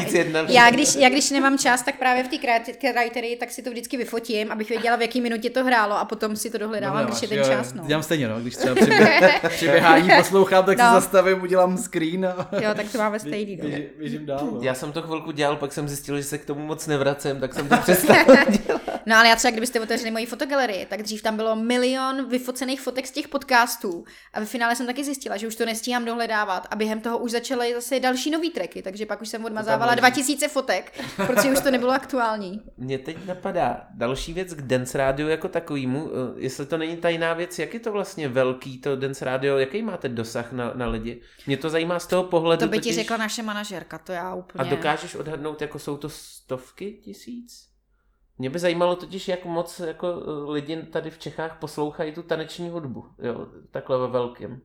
já když nemám čas, tak právě v té Criterii, tak si to vždycky vyfotím, abych věděla, v jaký minutě to hrálo a potom si to dohledávám, když je ten čas. No. Dělám stejně, no, když třeba při běhání poslouchám, tak se zastavím, udělám screen a jo, tak to máme stejný. Běžím dál. No. Já jsem to chvilku dělal, pak jsem zjistil, že se k tomu moc nevracím, tak jsem to přestal dělat. No ale já třeba, kdybyste otevřeli moji fotogalerii, tak dřív tam bylo 1 milion vyfocených fotek z těch podcastů a ve finále jsem taky zjistila, že už to nestíhám dohledávat a během toho už začaly zase další nový tracky, takže pak už jsem odmazávala 2000 fotek, protože už to nebylo aktuální. Mně teď napadá další věc k Dance Radio jako takovýmu, jestli to není tajná věc, jak je to vlastně velký to Dance Radio, jaký máte dosah na lidi? Mě to zajímá z toho pohledu. To by ti řekla naše manažerka, to já úplně... A dokážeš odhadnout, jako jsou to 100 tisíc? Mě by zajímalo totiž, jak moc jako lidi tady v Čechách poslouchají tu taneční hudbu, jo, takhle ve velkém.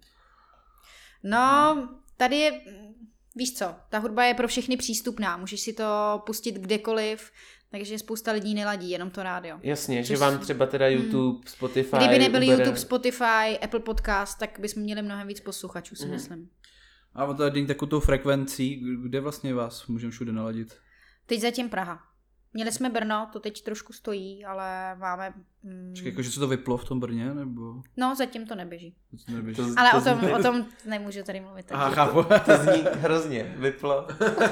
No, tady je, víš co, ta hudba je pro všechny přístupná, můžeš si to pustit kdekoliv, takže spousta lidí neladí, jenom to rádio. Jasně, že vám třeba teda YouTube, Spotify... Kdyby nebyl YouTube, Spotify, Apple Podcast, tak bychom měli mnohem víc posluchačů, si myslím. A tady takovou tou frekvencí, kde vlastně vás můžeme všude naladit? Teď zatím Praha. Měli jsme Brno, to teď trošku stojí, ale máme... Čekaj, jakože se to vyplo v tom Brně, nebo... No, zatím to neběží. To ale o tom nemůžu tady mluvit. Aha, chápu. To zní hrozně, vyplo.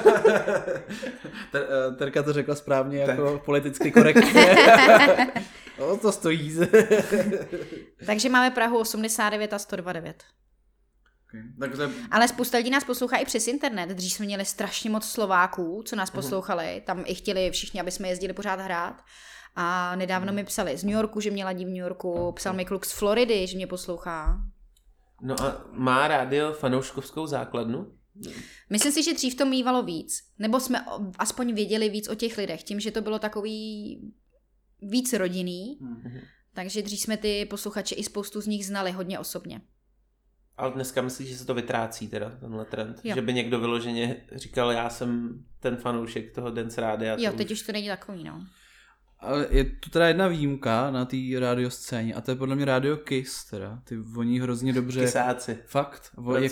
Terka to řekla správně, jako politicky korektně. To stojí. Takže máme Prahu 89 a 102,9. Ale spousta lidí nás poslouchá i přes internet. Dřív jsme měli strašně moc Slováků, co nás poslouchali. Tam i chtěli všichni, aby jsme jezdili pořád hrát. A nedávno mi psali z New Yorku, že mě ladí v New Yorku. Psal mi kluk z Floridy, že mě poslouchá. No a má rádio fanouškovskou základnu? Myslím si, že dřív to mívalo víc. Nebo jsme aspoň věděli víc o těch lidech. Tím, že to bylo takový víc rodinný. Takže dřív jsme ty posluchače i spoustu z nich znali hodně osobně. Ale dneska myslíš, že se to vytrácí teda, tenhle trend? Jo. Že by někdo vyloženě říkal, já jsem ten fanoušek toho Dance Rádia. Jo, teď už to není takový, no. Ale je tu teda jedna výjimka na té radioscéně a to je podle mě Radio Kiss teda. Oni hrozně dobře... Kysáci. Fakt.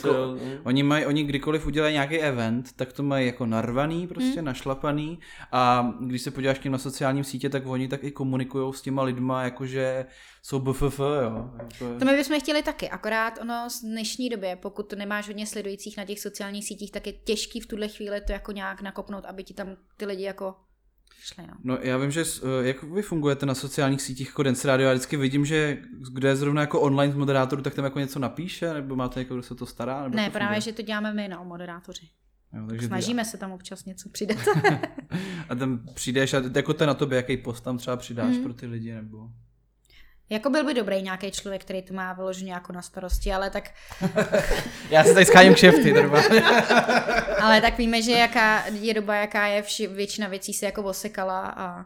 Oni kdykoliv udělají nějaký event, tak to mají jako narvaný, prostě našlapaný a když se podíváš k ním na sociálním sítě, tak oni tak i komunikujou s těma lidma, jakože jsou BFF, jo. To my bychom chtěli taky, akorát ono z dnešní době, pokud to nemáš hodně sledujících na těch sociálních sítích, tak je těžký v tuhle chvíli to jako nějak nakopnout, aby ti tam ty lidi jako šli, no. No já vím, že jak vy fungujete na sociálních sítích jako Dance Radio, já vždycky vidím, že kde je zrovna jako online z moderátorů, tak tam jako něco napíše, nebo máte někoho, kdo se to stará? Nebo ne, to právě, funguje? že to děláme my, no, moderátoři. Jo, takže snažíme se tam občas něco přidat. A tam přijdeš a jako to je na tobě, jaký post tam třeba přidáš pro ty lidi, nebo... Jako byl by dobrý nějaký člověk, který to má vyloženě jako na starosti, ale tak... Já si tady scháním kšefty, Ale tak víme, že jaká je doba, jaká je, většina věcí se jako osekala a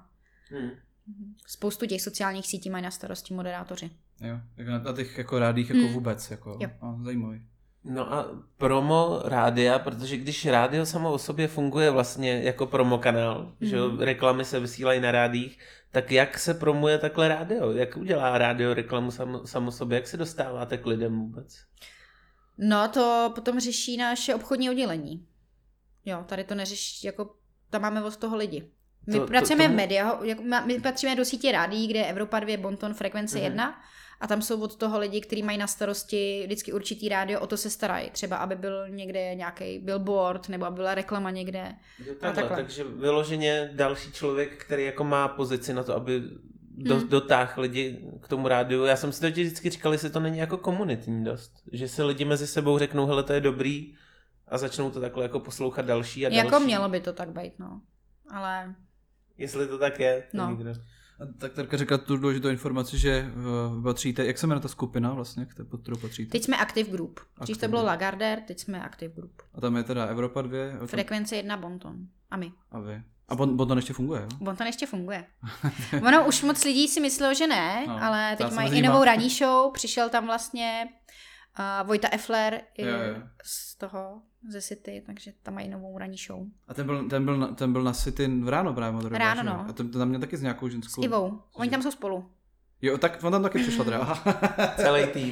spoustu těch sociálních sítí mají na starosti moderátoři. Jo, tak na těch jako rádích jako vůbec, jako zajímavý. No a promo rádia, protože když rádio samo o sobě funguje vlastně jako promo kanál, že reklamy se vysílají na rádích, tak jak se promuje takhle rádio? Jak udělá rádio reklamu samo sobě? Jak se dostáváte k lidem vůbec? No to potom řeší naše obchodní oddělení. Jo, tady to neřeší, jako tam máme od toho lidi. My pracujeme v médiách, my patříme do sítě rádií, kde je Evropa 2, Bonton, Frekvence 1 a tam jsou od toho lidi, kteří mají na starosti vždycky určitý rádio, o to se starají. Třeba aby byl někde nějaký billboard nebo aby byla reklama někde. Takže vyloženě další člověk, který jako má pozici na to, aby dotáhl lidi k tomu rádiu. Já jsem si to vždycky říkal, jestli to není jako komunitní dost. Že se lidi mezi sebou řeknou, hele, to je dobrý a začnou to takhle jako poslouchat další a další. Jako mělo by to tak být, no. Ale... Jestli to tak je, to nikdo. Tak Terka řekla tu důležitou informaci, že patříte, jak se jmenuje ta skupina vlastně, pod kterou patříte? Teď jsme Active Group. Dřív to bylo Lagardère, teď jsme Active Group. A tam je teda Evropa 2? Frekvence 1 Bonton. A my. A vy? A Bonton ještě funguje, jo? Bonton ještě funguje. Ono už moc lidí si myslelo, že ne, ale teď mají i novou ranní show, přišel tam vlastně Vojta Effler z toho, ze City, takže tam mají novou ranní show. A ten byl na City ráno právě. Ráno, no. A ten tam měl taky s nějakou ženskou. S Ivou. Oni tam jsou spolu. Jo, tak on tam taky přišla teda. Celý tým.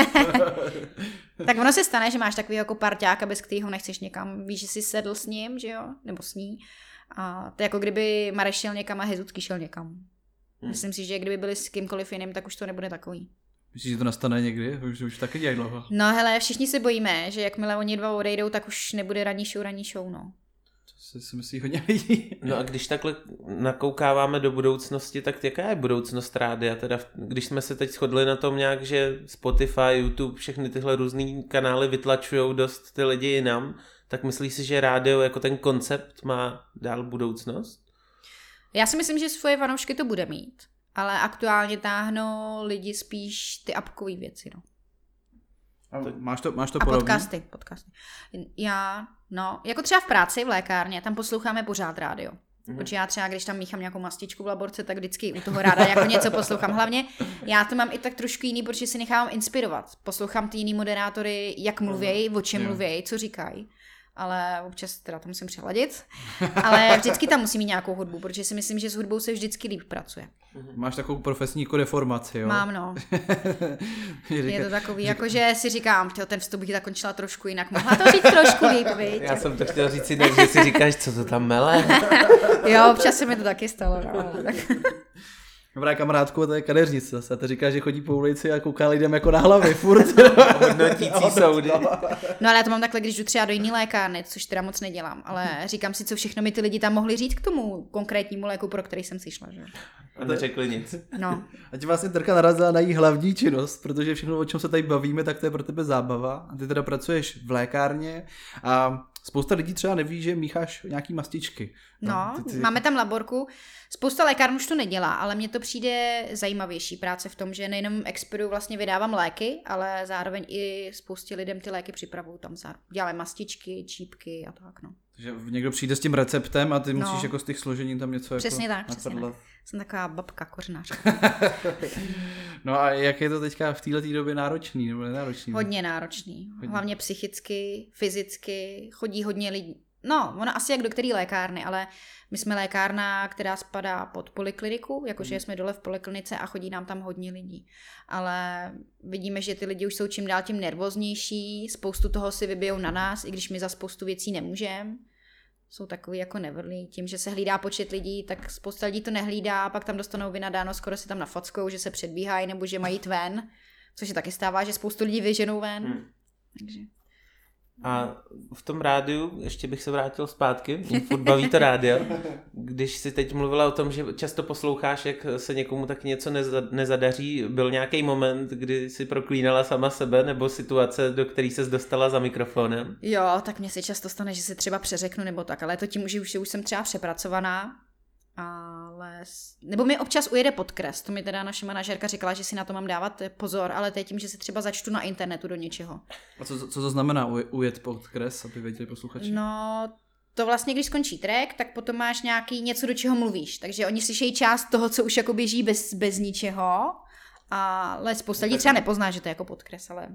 Tak ono se stane, že máš takový jako parťáka, bez kterého nechceš někam. Víš, že jsi sedl s ním, že jo? Nebo s ní. A to je jako kdyby Mareš šel někam a Hezucký šel někam. Myslím si, že kdyby byli s kýmkoliv jiným, tak už to nebude takový. Myslíš, že to nastane někdy? Už taky dělají dlouho. No hele, všichni se bojíme, že jakmile oni dva odejdou, tak už nebude ranní show, no. To si myslí hodně lidí. No a když takhle nakoukáváme do budoucnosti, tak jaká je budoucnost rádia? Teda když jsme se teď shodli na tom nějak, že Spotify, YouTube, všechny tyhle různý kanály vytlačujou dost ty lidi jinam, tak myslíš si, že rádio jako ten koncept má dál budoucnost? Já si myslím, že svoje fanoušky to bude mít. Ale aktuálně táhnou lidi spíš ty apkové věci, no. Máš to a podcasty. Já, no, jako třeba v práci v lékárně, tam posloucháme pořád rádio. Protože já třeba, když tam míchám nějakou mastičku v laborce, tak vždycky u toho ráda jako něco poslouchám. Hlavně já to mám i tak trošku jiný, protože si nechávám inspirovat. Poslouchám ty jiný moderátory, jak mluvějí, o čem mluvějí, co říkají. Ale občas teda to musím přeladit. Ale vždycky tam musím mít nějakou hudbu, protože si myslím, že s hudbou se vždycky líp pracuje. Máš takovou profesní jako deformaci, jo? Mám, no. Je to takový, jakože si říkám, ten vstup bych zakončila trošku jinak. Mohla to říct trošku líp, viď? Já jsem to chtěl říct jinak, že si říkáš, co to tam mele. Jo, občas se mi to taky stalo. No. Dobrá kamarádku, to je kadeřnice zase. To říká, že chodí po ulici a kouká lidem jako na hlavy, furt. Hodnotící soudy. No ale já to mám takhle, když jdu třeba do jiný lékárny, což teda moc nedělám, ale říkám si, co všechno mi ty lidi tam mohli říct k tomu konkrétnímu léku, pro který jsem si šla, že? A neřekli nic. No. A ti vlastně Terka narazila na jí hlavní činnost, protože všechno, o čem se tady bavíme, tak to je pro tebe zábava. A ty teda pracuješ v lékárně a spousta lidí třeba neví, že mícháš nějaký mastičky. No, máme tam laborku. Spousta lékárn už to nedělá, ale mně to přijde zajímavější práce v tom, že nejenom expiruju, vlastně vydávám léky, ale zároveň i spoustě lidem ty léky připravuju. Tam děláme mastičky, čípky a tak, no. Takže někdo přijde s tím receptem a ty musíš jako z těch složení tam něco přesně jako tak, přesně tak. Jsem taková babka kořenářka. No a jak je to teďka v této době náročný nebo nenáročný? Hodně náročný. Hlavně psychicky, fyzicky. Chodí hodně lidí No, ona asi jak do který lékárny, ale my jsme lékárna, která spadá pod polikliniku, jakože jsme dole v poliklinice a chodí nám tam hodně lidí. Ale vidíme, že ty lidi už jsou čím dál tím nervóznější, spoustu toho si vybijou na nás, i když my za spoustu věcí nemůžeme. Jsou takový jako nevrlí. Tím, že se hlídá počet lidí, tak spousta lidí to nehlídá, pak tam dostanou vynadáno, skoro si tam nafockujou, že se předbíhají nebo že mají jít ven, což se taky stává, že spoustu lidí vyženou ven. Takže... A v tom rádiu, ještě bych se vrátil zpátky, mě furt baví to rádio, když si teď mluvila o tom, že často posloucháš, jak se někomu tak něco nezadaří, byl nějaký moment, kdy si proklínala sama sebe, nebo situace, do který ses dostala za mikrofonem? Jo, tak mně se často stane, že se třeba přeřeknu nebo tak, ale to tím, že už jsem třeba přepracovaná, ale... Nebo mi občas ujede podkres, to mi teda naše manažerka říkala, že si na to mám dávat pozor, ale to je tím, že se třeba začtu na internetu do něčeho. A co to znamená ujet podkres, aby věděli posluchači? No, to vlastně, když skončí track, tak potom máš něco, do čeho mluvíš, takže oni slyšejí část toho, co už jako běží bez ničeho, ale spousta lidí třeba nepozná, že to je jako podkres, ale...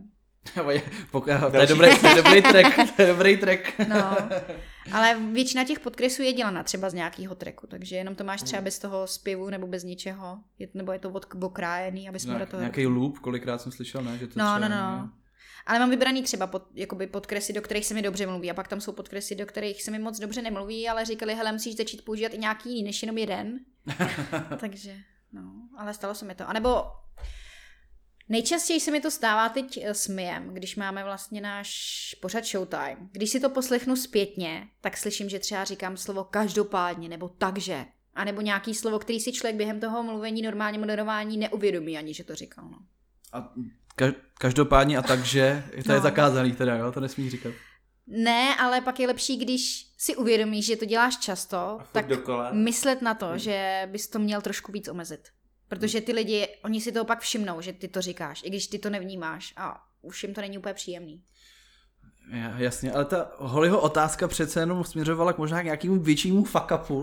To je dobrý track. No, ale většina těch podkresů je dělaná třeba z nějakého tracku, takže jenom to máš třeba bez toho zpěvu nebo bez ničeho, nebo je to okrájený, aby jsme do toho... Nějaký loop, kolikrát jsem slyšel, ne? Že to no. Ale mám vybraný třeba podkresy, do kterých se mi dobře mluví, a pak tam jsou podkresy, do kterých se mi moc dobře nemluví, ale říkali, hele, musíš začít používat i nějaký jiný, než jenom jeden. Takže, no, ale stalo se mi to. A nebo nejčastěji se mi to stává teď s Miem, když máme vlastně náš pořad Showtime. Když si to poslechnu zpětně, tak slyším, že třeba říkám slovo každopádně, nebo takže. A nebo nějaký slovo, který si člověk během toho mluvení normálně moderování neuvědomí ani, že to říkal. No. A každopádně a takže, to je zakázaný teda, jo? To nesmíš říkat. Ne, ale pak je lepší, když si uvědomíš, že to děláš často, tak myslet na to, že bys to měl trošku víc omezit. Protože ty lidi, oni si toho pak všimnou, že ty to říkáš, i když ty to nevnímáš a už jim to není úplně příjemný. Jasně, ale ta Hollyho otázka přece jenom směřovala možná k nějakému většímu fuck upu.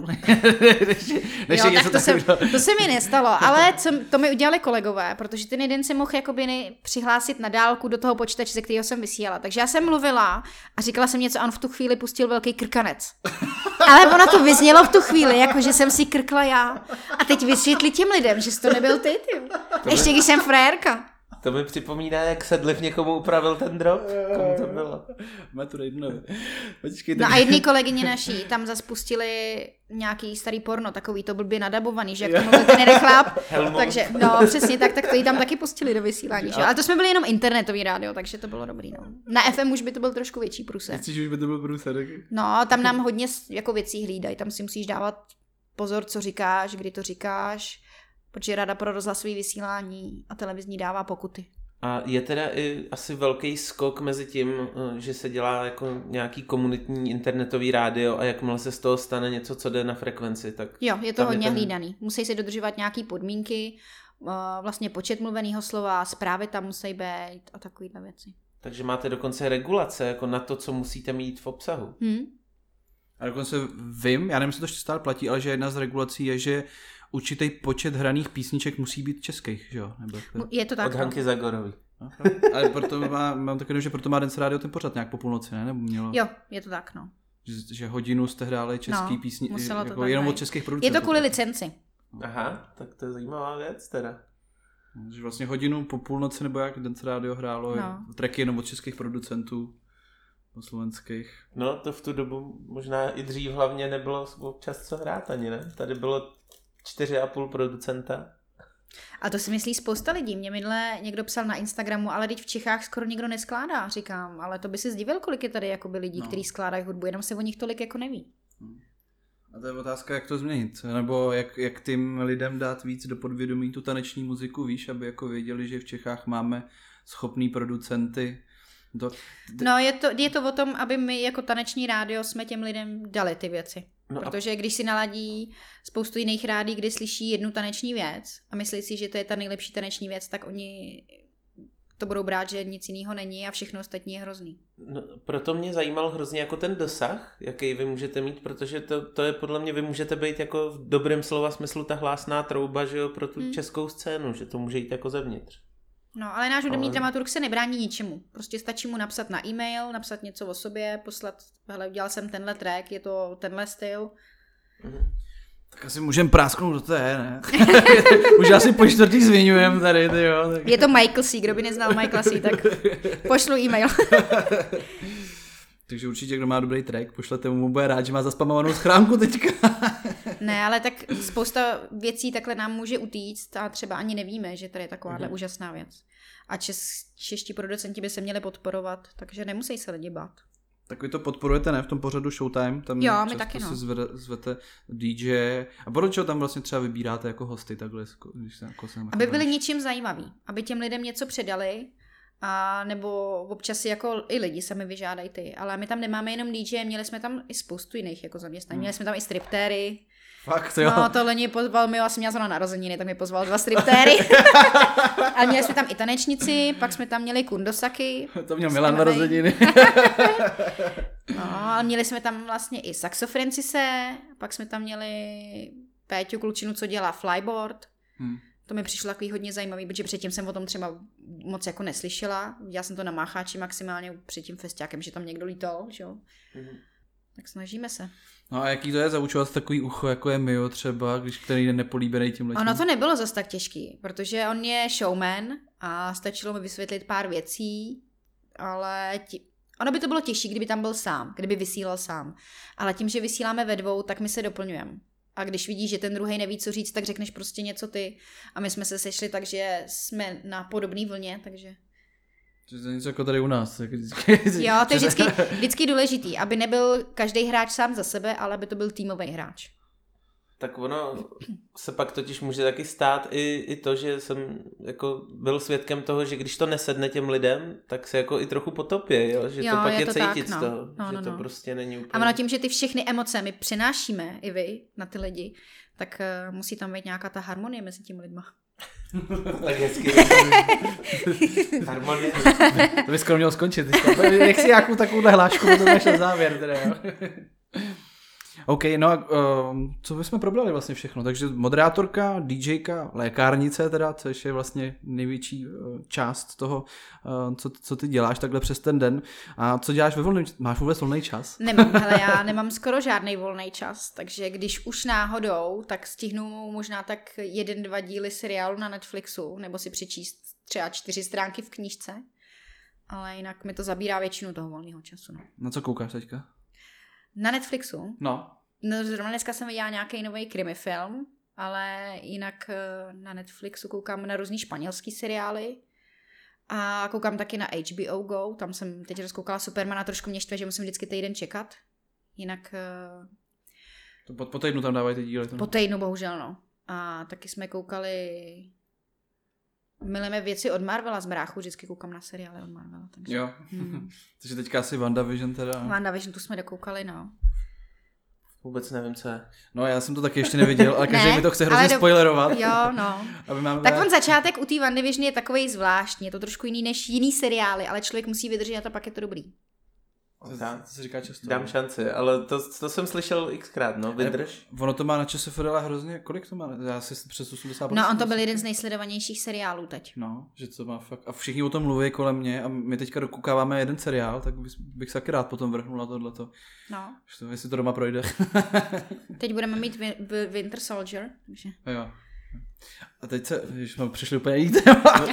To se mi nestalo, ale to mi udělali kolegové, protože ten jeden se mohl jakoby přihlásit na dálku do toho počítače, ze kterého jsem vysílala. Takže já jsem mluvila a říkala jsem něco a on v tu chvíli pustil velký krkanec. Ale ono to vyznělo v tu chvíli, jako že jsem si krkla já. A teď vysvětli těm lidem, že jsi to nebyl ty. Ještě když jsem frérka. To mi připomíná, jak Sedliv někomu upravil ten drop. Komu to bylo? No a jedný kolegyně naší tam zase pustili nějaký starý porno, takový to blbě nadabovaný, že jak to mluvil ten jeden chlap. Takže, no přesně tak to jí tam taky pustili do vysílání. Že? Ale to jsme byli jenom internetový rádio, takže to bylo dobrý. No. Na FM už by to byl trošku větší průser. Myslíš, že už by to byl průser? No, tam nám hodně jako věcí hlídají, tam si musíš dávat pozor, co říkáš, kdy to říkáš, protože Rada pro rozhlasové vysílání a televizní dává pokuty. A je teda i asi velký skok mezi tím, že se dělá jako nějaký komunitní internetový rádio a jakmile se z toho stane něco, co jde na frekvenci, tak... Jo, je to hodně hlídaný. Musí se dodržovat nějaký podmínky, vlastně počet mluveného slova, zprávy tam musí být a takovýhle věci. Takže máte dokonce regulace jako na to, co musíte mít v obsahu. A dokonce vím, já nevím, jestli to stále platí, ale že jedna z regulací je, že určitý počet hraných písniček musí být českých, že jo? Nebo je to tak. Od Hanky Zagorový. No, ale proto mám takový, že proto má Dance Radio ten pořad nějak po půlnoci, ne? Nebo mělo... Jo, je to tak, no. Že hodinu jste hráli český písni, jako jenom od českých producentů. Je to kvůli licenci. Aha, tak to je zajímavá věc teda. Že vlastně hodinu po půlnoci, nebo jak Dance Radio hrálo, tracky jenom od českých producentů. Slovenských. No to v tu dobu možná i dřív hlavně nebylo občas co hrát ani, ne? Tady bylo 4,5 producenta. A to si myslí spousta lidí. Mě minule někdo psal na Instagramu, ale teď v Čechách skoro nikdo neskládá, říkám. Ale to by si zdivil, kolik je tady jakoby lidí, kteří skládají hudbu, jenom se o nich tolik jako neví. A to je otázka, jak to změnit. Nebo jak tím lidem dát víc do podvědomí tu taneční muziku, víš, aby jako věděli, že v Čechách máme schopný producenty. No je to o tom, aby my jako taneční rádio jsme těm lidem dali ty věci. No protože když si naladí spoustu jiných rádií, kdy slyší jednu taneční věc a myslí si, že to je ta nejlepší taneční věc, tak oni to budou brát, že nic jiného není a všechno ostatní je hrozný. No, proto mě zajímal hrozně jako ten dosah, jaký vy můžete mít, protože to je podle mě, vy můžete být jako v dobrém slova smyslu ta hlásná trouba, že jo, pro tu českou scénu, že to může jít jako zevnitř. No, ale náš hudební dramaturg se nebrání ničemu. Prostě stačí mu napsat na e-mail, napsat něco o sobě, poslat, hele, udělal jsem tenhle track, je to tenhle styl. Tak asi můžeme prásknout do té, ne? Už asi po čtvrtý zmiňujem tady, ty jo. Tak... Je to Michael C., kdo by neznal Michaela C., tak pošlu e-mail. Takže určitě, kdo má dobrý track, pošlete mu, bude rád, že má zaspamovanou schránku teďka. Ne, ale tak spousta věcí takhle nám může utíct a třeba ani nevíme, že tady je takováhle úžasná věc. A čeští producenti by se měli podporovat, takže nemusí se lidi bát. Tak vy to podporujete, ne? V tom pořadu Showtime, tam jo, my často taky, no. si zvete DJ a podle čeho tam vlastně třeba vybíráte jako hosty takhle, když se jako sem aby byli něčím zajímaví, aby těm lidem něco předali, a nebo občas jako i lidi sami vyžádají ty, ale my tam nemáme jenom DJ, měli jsme tam i spoustu jiných jako zaměstnání, měli jsme tam i striptéry. Fakt, jo. No, to Leni pozval, my asi měla zrovna narozeniny, tak mi pozval 2 striptéry. A měli jsme tam i tanečnici, pak jsme tam měli kundosaky. To měl Milan narozeniny. No, ale měli jsme tam vlastně i saxofrencise, pak jsme tam měli Péťu Klučinu, co dělá flyboard. To mi přišlo takový hodně zajímavý, protože předtím jsem o tom třeba moc jako neslyšela. Viděla jsem to na Mácháči maximálně před tím festiákem, že tam někdo lítal, že jo. Tak snažíme se. No a jaký to je zaučovat takový ucho, jako je Mio třeba, který je nepolíbený tím letím? Ono to nebylo zas tak těžký, protože on je showman a stačilo mi vysvětlit pár věcí, ale ono by to bylo těžší, kdyby tam byl sám, kdyby vysílal sám. Ale tím, že vysíláme ve dvou, tak my se doplňujeme. A když vidíš, že ten druhej neví, co říct, tak řekneš prostě něco ty. A my jsme se sešli, takže jsme na podobné vlně, takže... To je něco jako tady u nás. Jo, to je vždycky důležitý, aby nebyl každý hráč sám za sebe, ale aby to byl týmový hráč. Tak ono se pak totiž může taky stát i to, že jsem jako byl svědkem toho, že když to nesedne těm lidem, tak se jako i trochu potopě, jo? Že to pak je cítit z toho, že to prostě není úplně... A ono tím, že ty všechny emoce my přinášíme i vy na ty lidi, tak musí tam být nějaká ta harmonie mezi těmi lidma. Tak hezky. Harmonie. To by skoro mělo skončit. Nech si nějakou takovouhle hlášku, to máš na závěr. Teda, jo. OK, no a co bychom probrali vlastně všechno? Takže moderátorka, DJka, lékárnice teda, což je vlastně největší část toho, co ty děláš takhle přes ten den. A co děláš ve volném času? Máš vůbec volný čas? Nemám, hele, já nemám skoro žádný volný čas, takže když už náhodou, tak stihnu možná tak 1-2 díly seriálu na Netflixu, nebo si přečíst třeba 4 stránky v knížce, ale jinak mi to zabírá většinu toho volného času. No. Na co koukáš teďka? Na Netflixu? No, zrovna dneska jsem viděla nějaký nový krimifilm, ale jinak na Netflixu koukám na různý španělský seriály a koukám taky na HBO Go, tam jsem teď rozkoukala Supermana, trošku mě štve, že musím vždycky týden čekat, jinak... To po týdnu tam dávají ty díly. Po týdnu bohužel, no. A taky jsme koukali... Milujeme věci od Marvela z bráchu, vždycky koukám na seriály od Marvela. Takže... Jo, takže teďka asi WandaVision teda. WandaVision, tu jsme dokoukali, no. Vůbec nevím, co je. No já jsem to taky ještě neviděl, ale každý mi to chce hrozně spoilerovat. Jo, no. Tak on začátek u té WandaVision je takovej zvláštní, je to trošku jiný než jiný seriály, ale člověk musí vydržet a to pak je to dobrý. To se říká často. Dám šanci, ale to jsem slyšel xkrát, no, vydrž. Ono to má na ČSFD hrozně, kolik to má? Já si přes 80%. No, on to byl jeden z nejsledovanějších seriálů teď. No, že to má fakt. A všichni o tom mluví kolem mě a my teďka dokoukáváme jeden seriál, tak bych se taky rád potom vrhnul na tohleto. No. Jestli to doma projde. Teď budeme mít Winter Soldier. Takže... Jo. A teď když jsme přišli úplně jiný téma.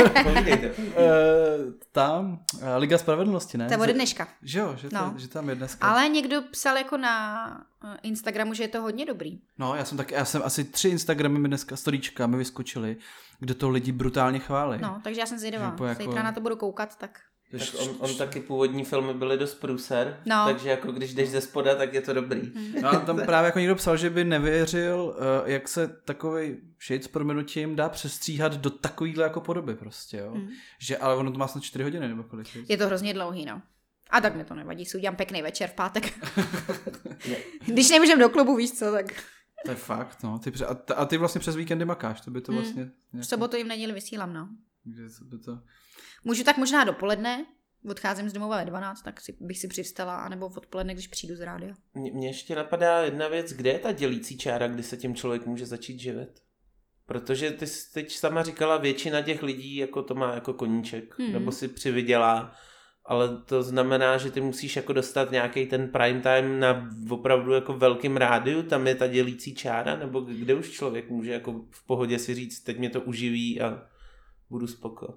Tam Liga spravedlnosti, ne? To je ode dneška. Že jo, že tam je dneska. Ale někdo psal jako na Instagramu, že je to hodně dobrý. No, já jsem asi 3 Instagramy mi dneska, storíčka mi vyskočily, kde to lidi brutálně chválí. No, takže já jsem zvědavá. Jako... Zítra na to budu koukat, tak... Tak on taky původní filmy byly dost průser, no. Takže jako když jdeš ze spoda, tak je to dobrý. No a tam právě jako někdo psal, že by nevěřil, jak se takovej shade s proměnutím dá přestříhat do takovýhle jako podoby prostě, jo. Že, ale ono to má snad 4 hodiny nebo kolik. Je to hrozně dlouhý, no. A tak mi to nevadí, si udělám pěkný večer v pátek. Když nemůžem do klubu, víš co, tak... To je fakt, no. A ty vlastně přes víkendy makáš, to by to vlastně... V sobotu jim neděli vysílám, no. By to... Můžu tak možná dopoledne, odcházím z domova ve 12, tak bych si přivstala, anebo odpoledne, když přijdu z rádia. Mně ještě napadá jedna věc, kde je ta dělící čára, kdy se tím člověk může začít živit? Protože ty jsi teď sama říkala, většina těch lidí jako to má jako koníček, nebo si přivydělá, ale to znamená, že ty musíš jako dostat nějaký ten prime time na opravdu jako velkým rádiu, tam je ta dělící čára, nebo kde už člověk může jako v pohodě si říct, teď mě to uživí a budu spoko.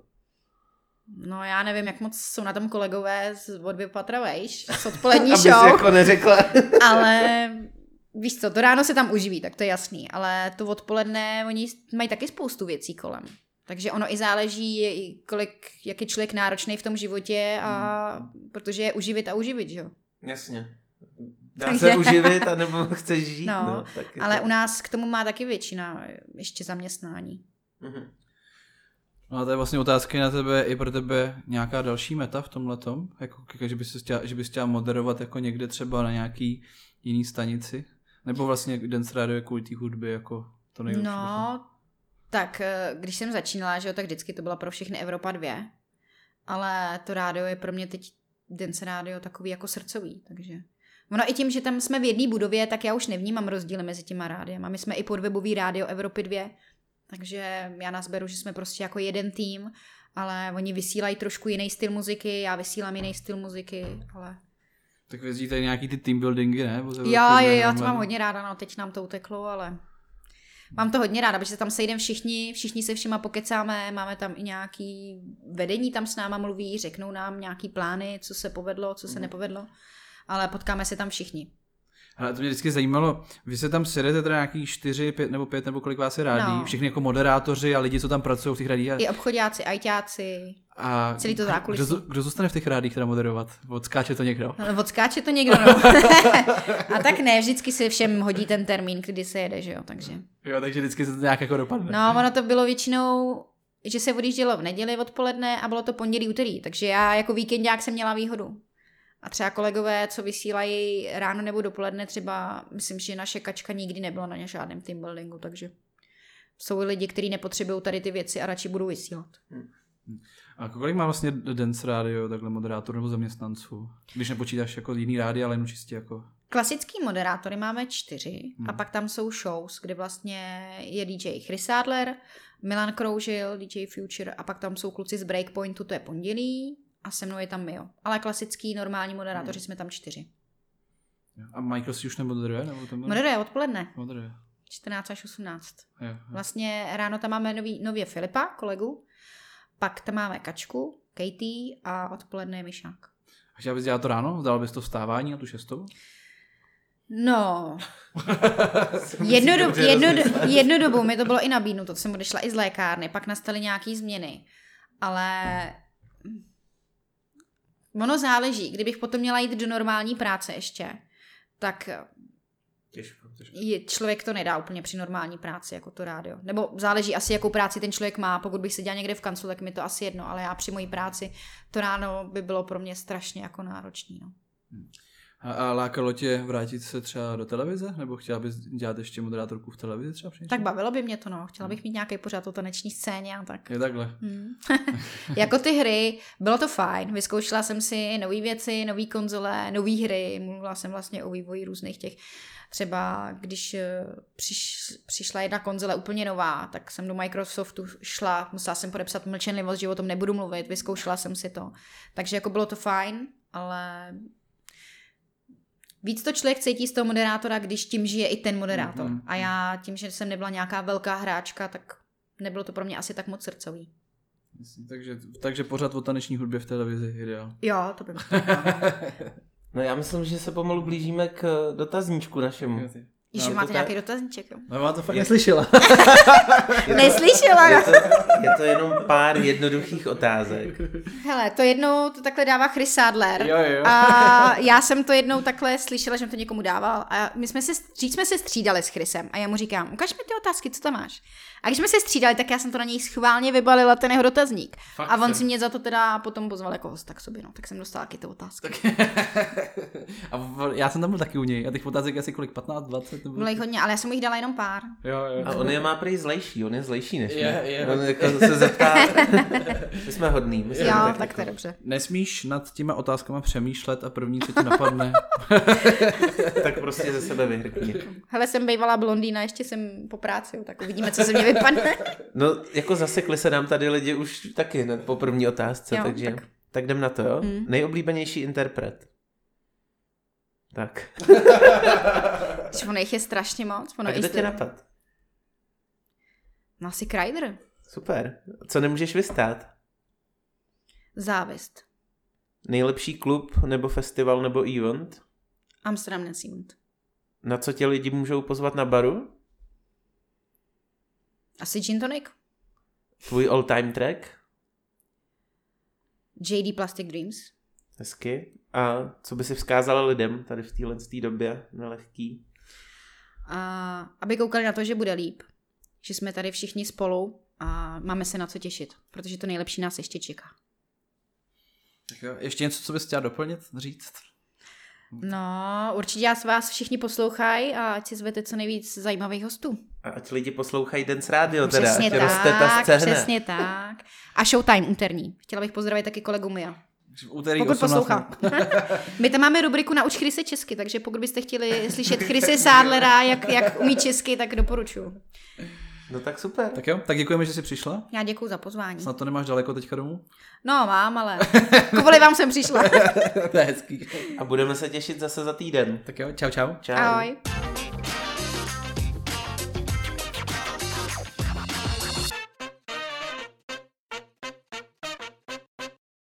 No já nevím, jak moc jsou na tom kolegové od Dvě patra vejš, z odpolední Abys show. jako neřekla. Ale víš co, to ráno se tam uživí, tak to je jasný, ale to odpoledne, oni mají taky spoustu věcí kolem. Takže ono i záleží, jak je člověk náročný v tom životě, a protože je uživit a uživit, že jo? Jasně. Dá se uživit, anebo chceš žít. No, tak ale to... u nás k tomu má taky většina ještě zaměstnání. Mhm. No a to je vlastně otázka na tebe, i pro tebe nějaká další meta v tomhletom? Jako, že bys chtěla moderovat jako někde třeba na nějaký jiný stanici? Nebo vlastně Dance Radio je kvůli té hudby jako to nejlepší? No, tak když jsem začínala, že jo, tak vždycky to byla pro všechny Evropa 2, ale to rádio je pro mě teď Dance Radio takový jako srdcový, takže... Ono i tím, že tam jsme v jedné budově, tak já už nevnímám rozdíly mezi těma rádiem. A my jsme i podwebový rádio Evropy 2, takže já nás beru, že jsme prostě jako jeden tým, ale oni vysílají trošku jiný styl muziky, já vysílám jiný styl muziky, ale... Tak vy jezdíte nějaký ty team buildingy, ne? Jo, to mám hodně ráda, no teď nám to uteklo, ale... Mám to hodně ráda, protože se tam sejdeme všichni se všema pokecáme, máme tam i nějaký vedení, tam s náma mluví, řeknou nám nějaký plány, co se povedlo, co se nepovedlo, ale potkáme se tam všichni. Ale to mě vždycky zajímalo, vy se tam sedete teda nějaký 4, 5 nebo 5 nebo kolik vás je rádí, No. Všichni jako moderátoři a lidi, co tam pracují v těch rádích. I obchodáci, ajťáci, A celý to zákulisí. Kdo zůstane v těch rádích teda moderovat? Odskáče to někdo? No, odskáče to někdo, no. A tak ne, vždycky se všem hodí ten termín, kdy se jede, že jo, takže. Jo, takže vždycky se to nějak jako dopadne. No, ono to bylo většinou, že se odjíždělo v neděli odpoledne a bylo to pondělí, úterý, takže já jako víkendák jsem měla výhodu. A třeba kolegové, co vysílají ráno nebo dopoledne, třeba, myslím, že naše Kačka nikdy nebyla na žádném team buildingu, takže jsou lidi, kteří nepotřebují tady ty věci a radši budou vysílat. A kolik má vlastně Dance Radio, takhle moderátor nebo zaměstnanců? Když nepočítáš jako jiný rádi, ale jenom čistě jako... Klasický moderátory máme 4 a pak tam jsou shows, kde vlastně je DJ Chris Adler, Milan Kroužil, DJ Future a pak tam jsou kluci z Breakpointu, to je pondělí a se mnou je tam Mio. Ale klasický normální moderátoři jsme tam 4. A Michael si už nemoderuje? Nebo to Moderuje odpoledne. Moderuje. 14 až 18. Jo. Vlastně ráno tam máme nově Filipa, kolegu, pak tam máme Kačku, Katie a odpoledne je Myšák. A chtěla bys dělat to ráno? Dala bys to vstávání na tu 6? No, jednu dobu mi to bylo i nabídnuto, jsem odešla i z lékárny, pak nastaly nějaký změny, ale ono záleží, kdybych potom měla jít do normální práce ještě, tak Těžko. člověk to nedá úplně při normální práci, jako to rádio. Nebo záleží asi, jakou práci ten člověk má, pokud bych se dělala někde v kanclu, tak mi to asi jedno, ale já při mojí práci to ráno by bylo pro mě strašně jako náročný, no. A lákalo tě vrátit se třeba do televize? Nebo chtěla bys dělat ještě moderátorku v televizi třeba příště? Tak bavilo by mě to, no. Chtěla bych mít nějaký pořád o taneční scéně a tak. Je takhle. Jako ty hry, bylo to fajn. Vyzkoušela jsem si nové věci, nové konzole, nové hry. Mluvila jsem vlastně o vývoji různých těch. Třeba když přišla jedna konzole úplně nová, tak jsem do Microsoftu šla, musela jsem podepsat mlčenlivost, že o tom nebudu mluvit, vyzkoušela jsem si to. Takže jako bylo to fajn, ale víc to člověk cítí z toho moderátora, když tím žije i ten moderátor. A já tím, že jsem nebyla nějaká velká hráčka, tak nebylo to pro mě asi tak moc srdcový. Takže pořád o taneční hudbě v televizi ideál. Jo, to by mě. No já myslím, že se pomalu blížíme k dotazníčku našemu. Že máte nějaký dotazníček, jo? No, má to fakt neslyšela. Neslyšela. Je to jenom pár jednoduchých otázek. Hele, to jednou to takhle dává Chris Adler. Jo. A já jsem to jednou takhle slyšela, že to někomu dával. A my jsme se střídali s Chrisem. A já mu říkám, ukaž mi ty otázky, co tam máš. A když jsme se střídali, tak já jsem to na něj schválně vybalila, ten jeho dotazník. Fakt a on si mě za to teda potom pozval jako hosta k sobě, no. Tak jsem dostala taky ty otázky. A já jsem tam byl taky u něj. A těch otázek asi kolik? 15, 20? Nebo... Bylo jich hodně, ale já jsem jich dala jenom pár. Jo. A on je má prý zlejší, on je zlejší než my. Je. On jako se zeptá, my jsme hodný. My jsme Jo, tak tak jako- to je dobře. Nesmíš nad těma otázkama přemýšlet a první, co ti napadne. Tak prostě ze sebe vyhrkni. Hele, jsem bývalá blondýna, ještě jsem po práci, tak uvidíme, co se mě vypadne. No, jako zasekli se nám tady lidi už taky hned po první otázce, Jo, takže tak jdem na to, jo? Nejoblíbenější interpret. Tak. Ono jich je strašně moc. Ono A kdo tě napad? No asi Kryder. Super. Co nemůžeš vystát? Závist. Nejlepší klub, nebo festival, nebo event? Amsterdam Dance Event. Na co tě lidi můžou pozvat na baru? Asi Gin Tonic. Tvůj all-time track? JD Plastic Dreams. Hezky. A co by si vzkázala lidem tady v téhle době nelehký? A aby koukali na to, že bude líp. Že jsme tady všichni spolu a máme se na co těšit. Protože to nejlepší nás ještě čeká. Tak jo, ještě něco, co bys chtěla doplnit, říct? No, určitě vás všichni poslouchají a ať si zvete co nejvíc zajímavých hostů. A ať lidi poslouchají Dance Radio teda. Přesně ať roste ta tak, scéna. přesně tak. A Showtime úterní. Chtěla bych pozdravit taky kolegu Mia. V úterý Pokud 18. poslouchá. My tam máme rubriku Nauč Chryse česky, takže pokud byste chtěli slyšet Chryse Sádlera, jak umí česky, tak doporučuji. No tak super. Tak jo, tak děkujeme, že jsi přišla. Já děkuju za pozvání. Snad to nemáš daleko teďka domů? No, mám, ale kvůli vám jsem přišla. To je hezký. A budeme se těšit zase za týden. Tak jo, čau. Čau. Ahoj.